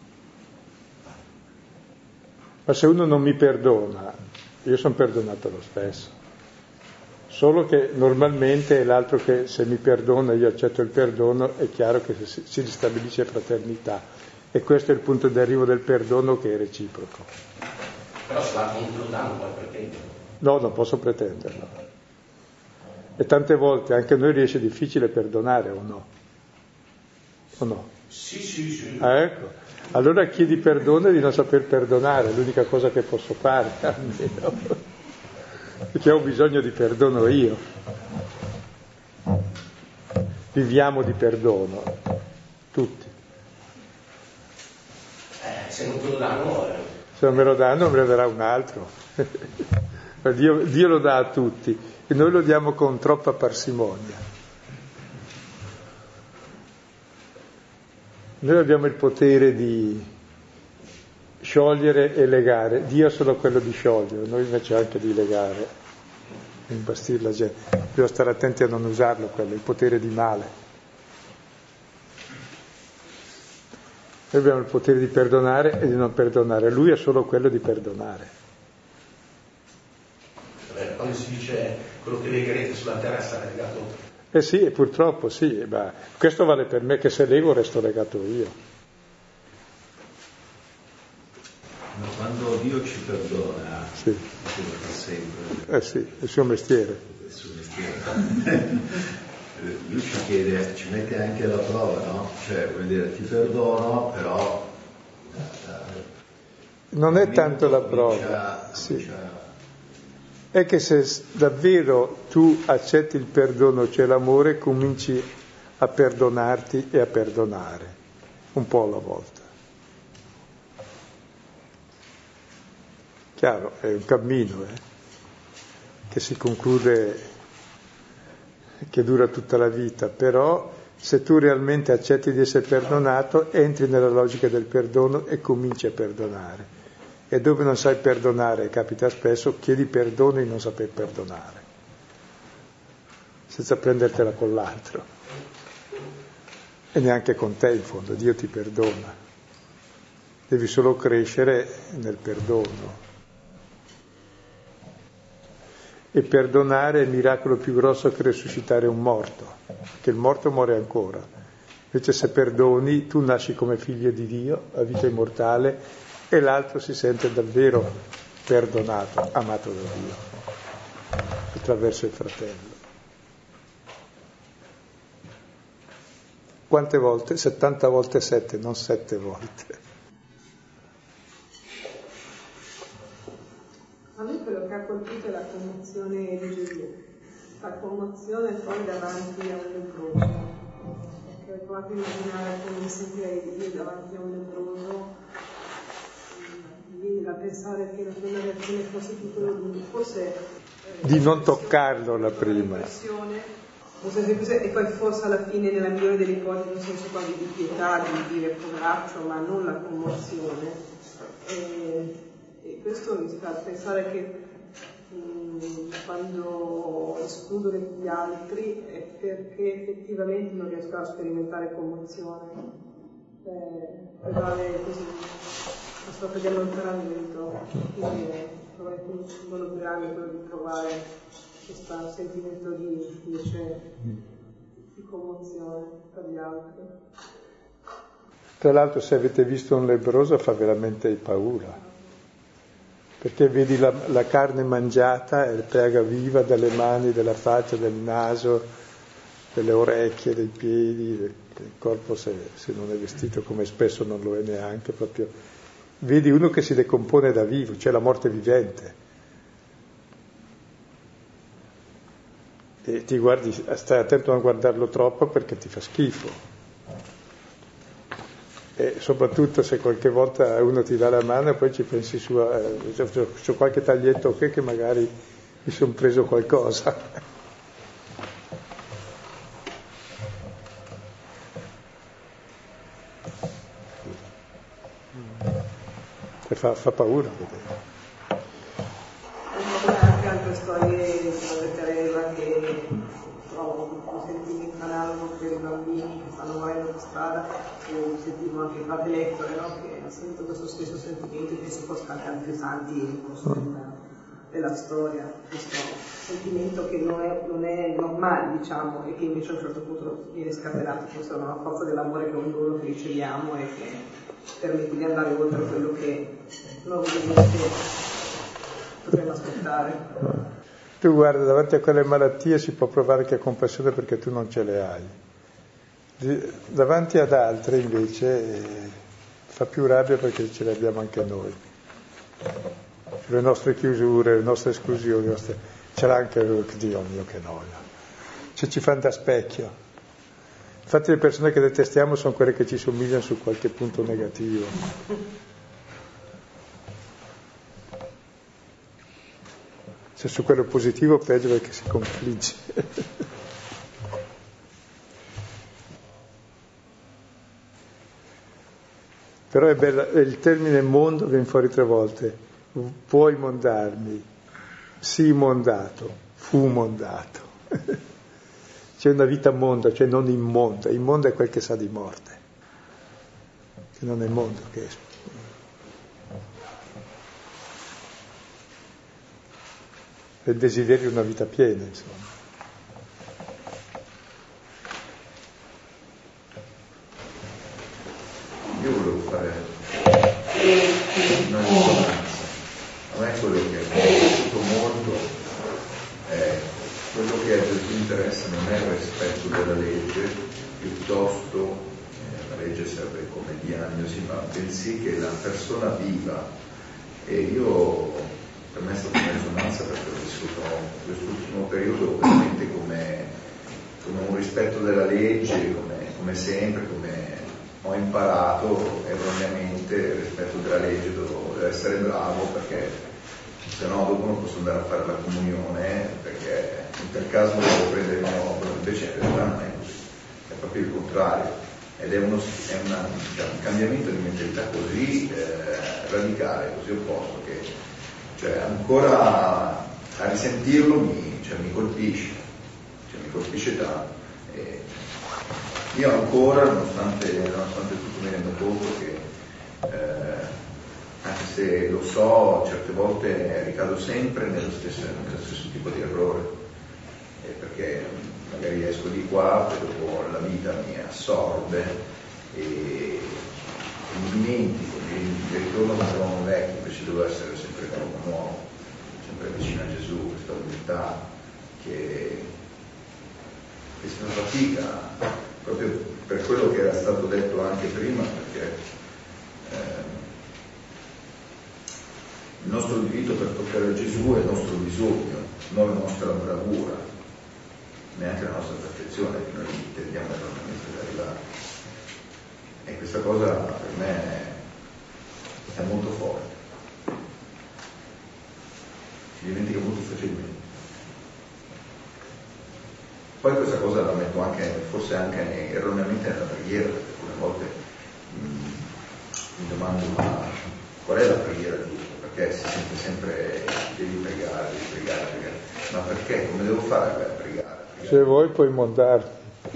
Ma se uno non mi perdona, io sono perdonato lo stesso. Solo che normalmente è l'altro che se mi perdona io accetto il perdono, è chiaro che si, si ristabilisce fraternità. E questo è il punto di arrivo del perdono che è reciproco. Però se l'altro non te lo danno, puoi pretenderlo. No, non posso pretenderlo. E tante volte anche a noi riesce difficile perdonare, o no? O no? Sì, sì, sì. Ah, ecco. Allora chiedi perdono di non saper perdonare, è l'unica cosa che posso fare, almeno. Perché ho bisogno di perdono io. Viviamo di perdono, tutti. Eh, se non te lo danno... Eh. Se non me lo danno me lo darà un altro. Dio, Dio lo dà a tutti e noi lo diamo con troppa parsimonia. Noi abbiamo il potere di sciogliere e legare, Dio è solo quello di sciogliere, noi invece anche di legare, imbastire la gente. Bisogna stare attenti a non usarlo quello, il potere di male. Noi abbiamo il potere di perdonare e di non perdonare, lui è solo quello di perdonare. Quando si dice quello che legherete sulla terra sarà legato... Eh sì, purtroppo sì, ma questo vale per me che se lego resto legato io. Ma quando Dio ci perdona, sì. Lo fa sempre. Eh sì, è il suo mestiere. Il suo mestiere. Lui ci chiede, ci mette anche la prova, no? Cioè, vuol dire, ti perdono, però... Non è tanto la prova. Comincia, sì. comincia... È che se davvero tu accetti il perdono, cioè l'amore, cominci a perdonarti e a perdonare, un po' alla volta. Chiaro, è un cammino eh, che si conclude, che dura tutta la vita, però se tu realmente accetti di essere perdonato, entri nella logica del perdono e cominci a perdonare. E dove non sai perdonare, capita spesso, chiedi perdono di non saper perdonare, senza prendertela con l'altro. E neanche con te, in fondo, Dio ti perdona. Devi solo crescere nel perdono. E perdonare è il miracolo più grosso che risuscitare un morto, perché il morto muore ancora. Invece se perdoni, tu nasci come figlio di Dio, a vita immortale, e l'altro si sente davvero perdonato, amato da Dio, attraverso il fratello. Quante volte? settanta volte sette, non sette volte. A me quello che ha colpito è la commozione di Gesù, la commozione poi davanti a un leproso, perché ho provato a immaginare come mi sentirei io davanti a un leproso, da pensare che la prima reazione fosse di quello di forse eh, di non toccarlo la prima, un senso di pietà, e poi forse alla fine, nella migliore delle ipotesi, un senso quasi di pietà, di dire poveraccio, ma non la commozione. E, e questo mi fa pensare che mh, quando escludo gli altri è perché effettivamente non riesco a sperimentare commozione. Eh, vale così una sorta di allontanamento, quindi è probabilmente un modo più grande quello di provare questo sentimento di, invece, di commozione per gli altri. Tra l'altro, se avete visto un lebbroso fa veramente paura, perché vedi la, la carne mangiata e piaga viva dalle mani, della faccia, del naso, delle orecchie, dei piedi, il corpo se, se non è vestito, come spesso non lo è neanche, proprio vedi uno che si decompone da vivo, cioè la morte vivente. E ti guardi, stai attento a non guardarlo troppo perché ti fa schifo. E soprattutto se qualche volta uno ti dà la mano e poi ci pensi su, eh, su qualche taglietto okay, che magari mi sono preso qualcosa. E fa, fa paura vedere. Anche altre storie di Teresa che trovo un sentimento analogo per i bambini che stanno morendo per strada, e sentivo anche il padre Lettore, no? Che sento questo stesso sentimento e penso fosse anche altri santi nel corso della, della storia, questo sentimento che non è, non è normale, diciamo, e che invece a un certo punto viene scatenato forse da una forza dell'amore che è un dono che riceviamo e che permette di andare oltre quello che normalmente potremmo aspettare. Tu guarda, davanti a quelle malattie si può provare anche compassione perché tu non ce le hai. Davanti ad altre invece eh, fa più rabbia perché ce le abbiamo anche noi. Le nostre chiusure, le nostre esclusioni, le nostre... ce l'ha anche lui, Dio mio che noia. Cioè ci fanno da specchio. Infatti le persone che detestiamo sono quelle che ci somigliano su qualche punto negativo. Se su quello positivo peggio perché si confligge. Però è bella, il termine mondo viene fuori tre volte. Vuoi mondarmi? Sii mondato, fu mondato. C'è una vita monda, cioè non immonda. Immonda è quel che sa di morte, che non è mondo, che è... è il desiderio di una vita piena, insomma. Io volevo fare una risonanza. A me quello che mi è piaciuto molto è quello che a Gesù interessa non è il rispetto della legge, piuttosto eh, la legge serve come diagnosi, ma bensì che la persona viva. E io per me è stata una risonanza perché ho vissuto quest'ultimo periodo veramente come, come un rispetto della legge, come, come sempre, come ho imparato erroneamente il rispetto della legge, devo essere bravo perché se no dopo non posso andare a fare la comunione perché in tal caso devo prendere un obolo, invece in realtà non è così, è proprio il contrario ed è, uno, è una, cioè, un cambiamento di mentalità così eh, radicale, così opposto che cioè ancora a risentirlo mi, cioè, mi colpisce, cioè, mi colpisce tanto. E io ancora, nonostante, nonostante tutto, mi rendo conto che eh, anche se lo so, certe volte ricado sempre nello stesso, nello stesso tipo di errore, eh, perché magari esco di qua, poi dopo la vita mi assorbe e mi dimentico, mi ritorno come uomo vecchio, invece devo essere sempre come uomo nuovo, sempre vicino a Gesù, questa umiltà che, che si fa fatica proprio per quello che era stato detto anche prima, perché eh, il nostro diritto per toccare Gesù è il nostro bisogno, non la nostra bravura, neanche la nostra perfezione che noi intendiamo erroneamente di arrivare. E questa cosa per me è molto forte, si dimentica molto facilmente. Poi questa cosa la metto anche, forse anche erroneamente nella preghiera, perché alcune volte mh, mi domando ma qual è la preghiera giusta? Perché si sente sempre devi pregare, devi pregare, pregare. Ma perché? Come devo fare per pregare? pregare? Se vuoi puoi montarti.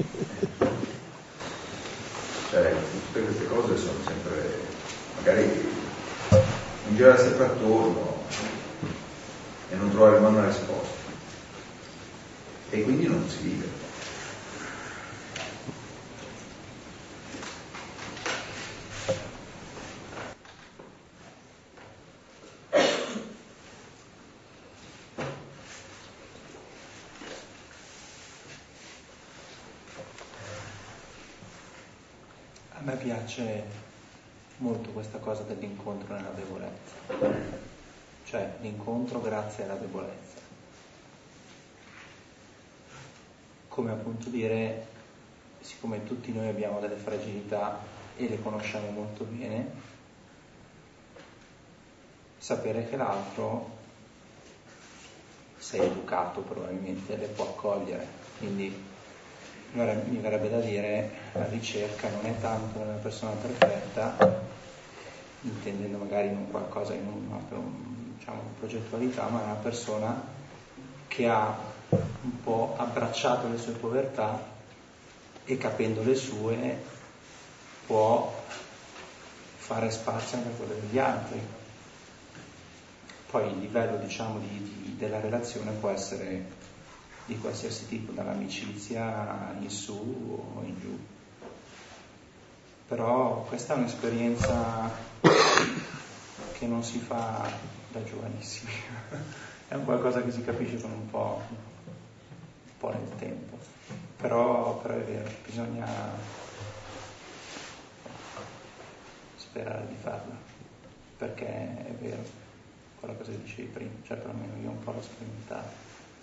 Cioè, tutte queste cose sono sempre, magari non girare sempre attorno e non trovare mai una risposta. E quindi non si vive. A me piace molto questa cosa dell'incontro nella debolezza, cioè l'incontro grazie alla debolezza. Come appunto dire, siccome tutti noi abbiamo delle fragilità e le conosciamo molto bene, sapere che l'altro, se è educato probabilmente, le può accogliere. Quindi mi verrebbe da dire, la ricerca non è tanto nella persona perfetta, intendendo magari in qualcosa, in una, diciamo, progettualità, ma è una persona che ha un po' abbracciato le sue povertà e, capendo le sue, può fare spazio anche a quelle degli altri. Poi il livello, diciamo, di, di, della relazione può essere di qualsiasi tipo, dall'amicizia in su o in giù. Però questa è un'esperienza che non si fa da giovanissimi, è un qualcosa che si capisce con un po', un po' nel tempo, però, però è vero, bisogna sperare di farla, perché è vero quello che dicevi prima, certo almeno io un po' l'ho sperimentato.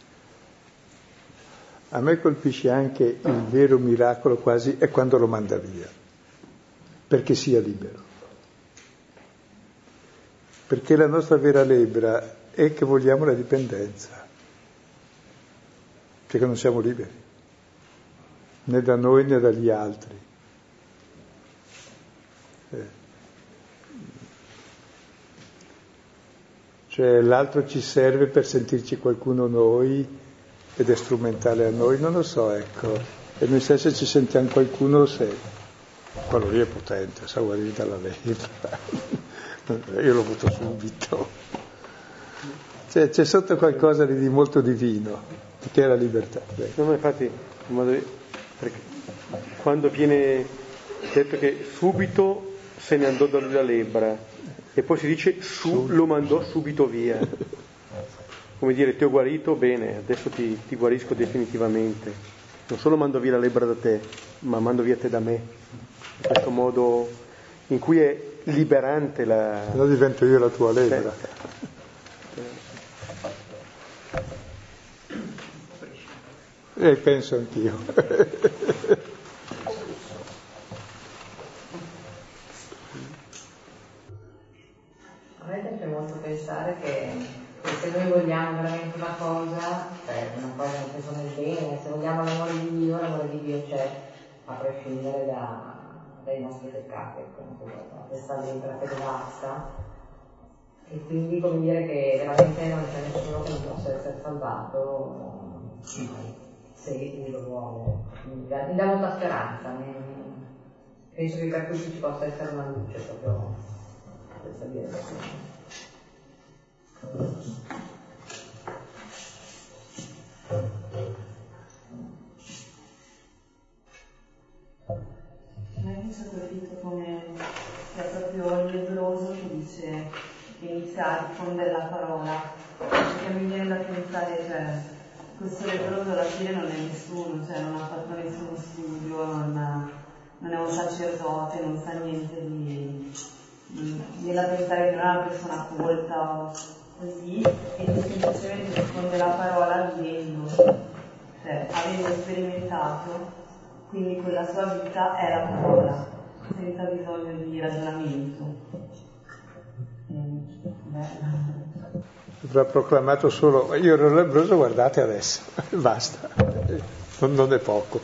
A me colpisce anche il vero miracolo quasi è quando lo manda via, perché sia libero. Perché la nostra vera lebbra è che vogliamo la dipendenza, perché non siamo liberi, né da noi né dagli altri. Eh. Cioè l'altro ci serve per sentirci qualcuno noi, ed è strumentale a noi, non lo so, ecco, e noi stessi ci sentiamo qualcuno, se quello lì è potente, sa guarire dalla lebbra, io l'ho avuto subito, cioè, c'è sotto qualcosa di molto divino, che è la libertà. No, infatti, perché quando viene detto che subito se ne andò da lui la lebbra, e poi si dice su, lo mandò subito via. Come dire, ti ho guarito, bene, adesso ti, ti guarisco definitivamente. Non solo mando via la lebbra da te, ma mando via te da me. In questo modo in cui è liberante la... Se no divento io la tua lebbra. E eh, penso anch'io. A me piace molto pensare che se noi vogliamo veramente una cosa, cioè una cosa che sono nel bene, se vogliamo l'amore di Dio, l'amore di Dio c'è, a prescindere da, dai nostri peccati, la testa libera che devasta, e quindi come dire che veramente non c'è nessuno che non possa essere salvato se Dio lo vuole. Mi dà, mi dà molta speranza, mi, penso che per tutti ci possa essere una luce proprio in questa direzione. A me mi sono colpito come è proprio il lebbroso che dice che inizia a diffondere la parola, perché mi viene da pensare, cioè, questo lebbroso alla fine non è nessuno, cioè non ha fatto nessuno studio, non, ha, non è un sacerdote, non sa niente di... viene da pensare che non è una persona colta così, e semplicemente diffonde la parola vivendo, cioè avendo sperimentato, quindi quella sua vita è la parola, senza bisogno di ragionamento. Avrà proclamato solo, io ero lebbroso, guardate adesso, basta. non, non è poco.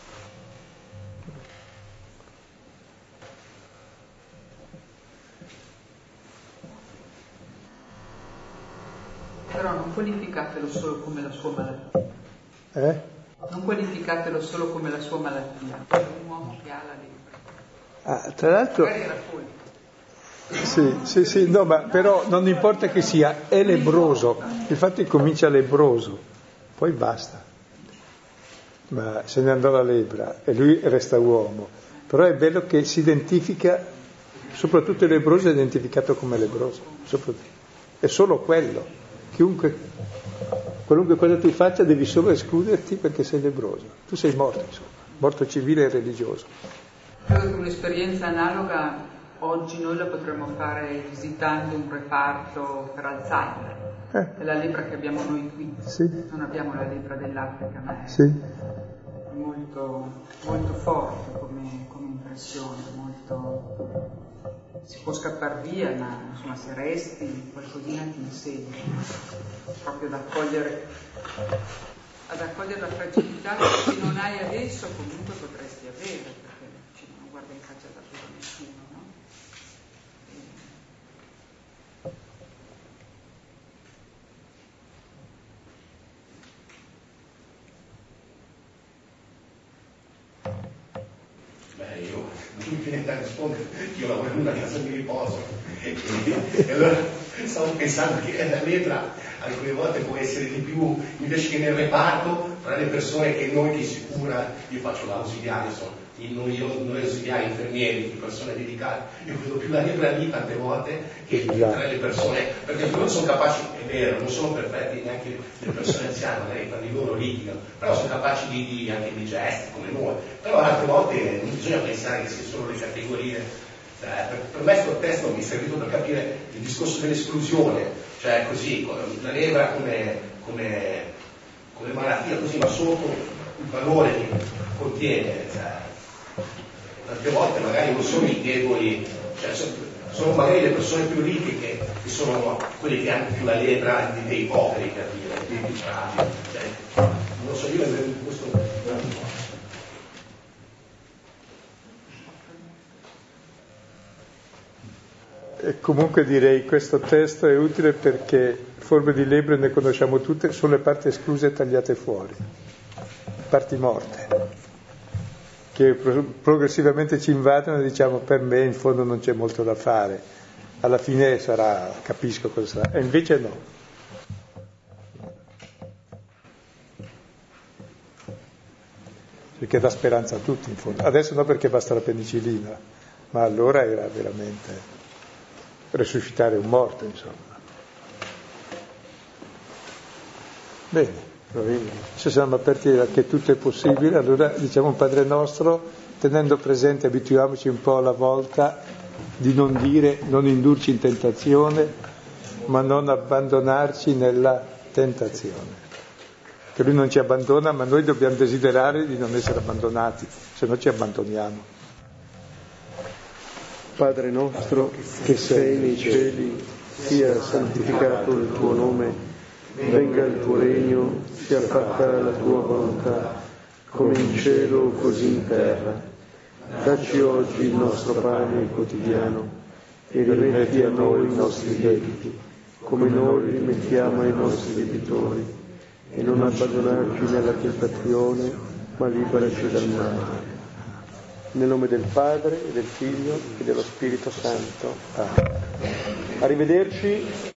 Però non qualificatelo solo come la sua malattia. Eh? Non qualificatelo solo come la sua malattia. È un uomo che ha la lepre. Ah, tra l'altro... Magari era colto. Sì, sì, sì, no, ma però non importa che sia, è lebbroso, infatti comincia lebbroso, poi basta. Ma se ne andò la lebbra e lui resta uomo. Però è bello che si identifica, soprattutto il lebbroso è identificato come lebbroso, è solo quello. Chiunque, qualunque cosa tu faccia devi solo escluderti perché sei lebbroso. Tu sei morto, insomma, morto civile e religioso. Credo che un'esperienza analoga oggi noi la potremmo fare visitando un reparto per Alzheimer. Eh. È la lebbra che abbiamo noi qui. Sì. Non abbiamo la lebbra dell'Africa, ma è sì. molto, molto forte come, come impressione, molto... si può scappare via, ma insomma se resti qualcosina ti insegna proprio ad accogliere ad accogliere la fragilità che se non hai adesso comunque potresti avere, perché cioè, non guarda in faccia da nessuno, no? Beh, io non mi viene da rispondere, io lavoro in una casa di riposo e allora stavo pensando che la lebbra alcune volte può essere di più, invece che nel reparto, tra le persone che noi che si cura, io faccio l'ausiliare, insomma, noi, noi ausiliari, infermieri, persone dedicate, io vedo più la lebbra lì tante volte che tra le persone, perché loro sono capaci, è vero, non sono perfetti neanche le persone anziane, magari tra di loro litigano, però sono capaci di, di, anche di gesti come noi, però altre volte non bisogna pensare che siano solo le categorie. Cioè, per, per me questo testo mi è servito per capire il discorso dell'esclusione, cioè così, la lebbra come, come, come malattia così, ma sotto il valore che contiene. Cioè, tante volte magari non sono i deboli, cioè sono, sono magari le persone più ricche che, che sono quelli che hanno più la lebbra dei, dei poveri, per dire, dei più fragili. Cioè, non lo so, io in questo... E comunque direi che questo testo è utile perché forme di lebbra ne conosciamo tutte, sono le parti escluse e tagliate fuori, parti morte, che progressivamente ci invadono e diciamo per me in fondo non c'è molto da fare, alla fine sarà, capisco cosa sarà, e invece no. Perché dà speranza a tutti in fondo, adesso no perché basta la penicillina, ma allora era veramente... resuscitare un morto, insomma. Bene, va bene. Se siamo aperti a che tutto è possibile, allora diciamo un Padre Nostro, tenendo presente, abituiamoci un po' alla volta di non dire, non indurci in tentazione, ma non abbandonarci nella tentazione. Che Lui non ci abbandona, ma noi dobbiamo desiderare di non essere abbandonati, se no ci abbandoniamo. Padre nostro che sei nei cieli, sia santificato il tuo nome, venga il tuo regno, sia fatta la tua volontà, come in cielo così in terra. Dacci oggi il nostro pane quotidiano e rimetti a noi i nostri debiti, come noi rimettiamo ai nostri debitori, e non abbandonarci nella tentazione, ma liberaci dal male. Nel nome del Padre, e del Figlio, e dello Spirito Santo. Amen. Arrivederci.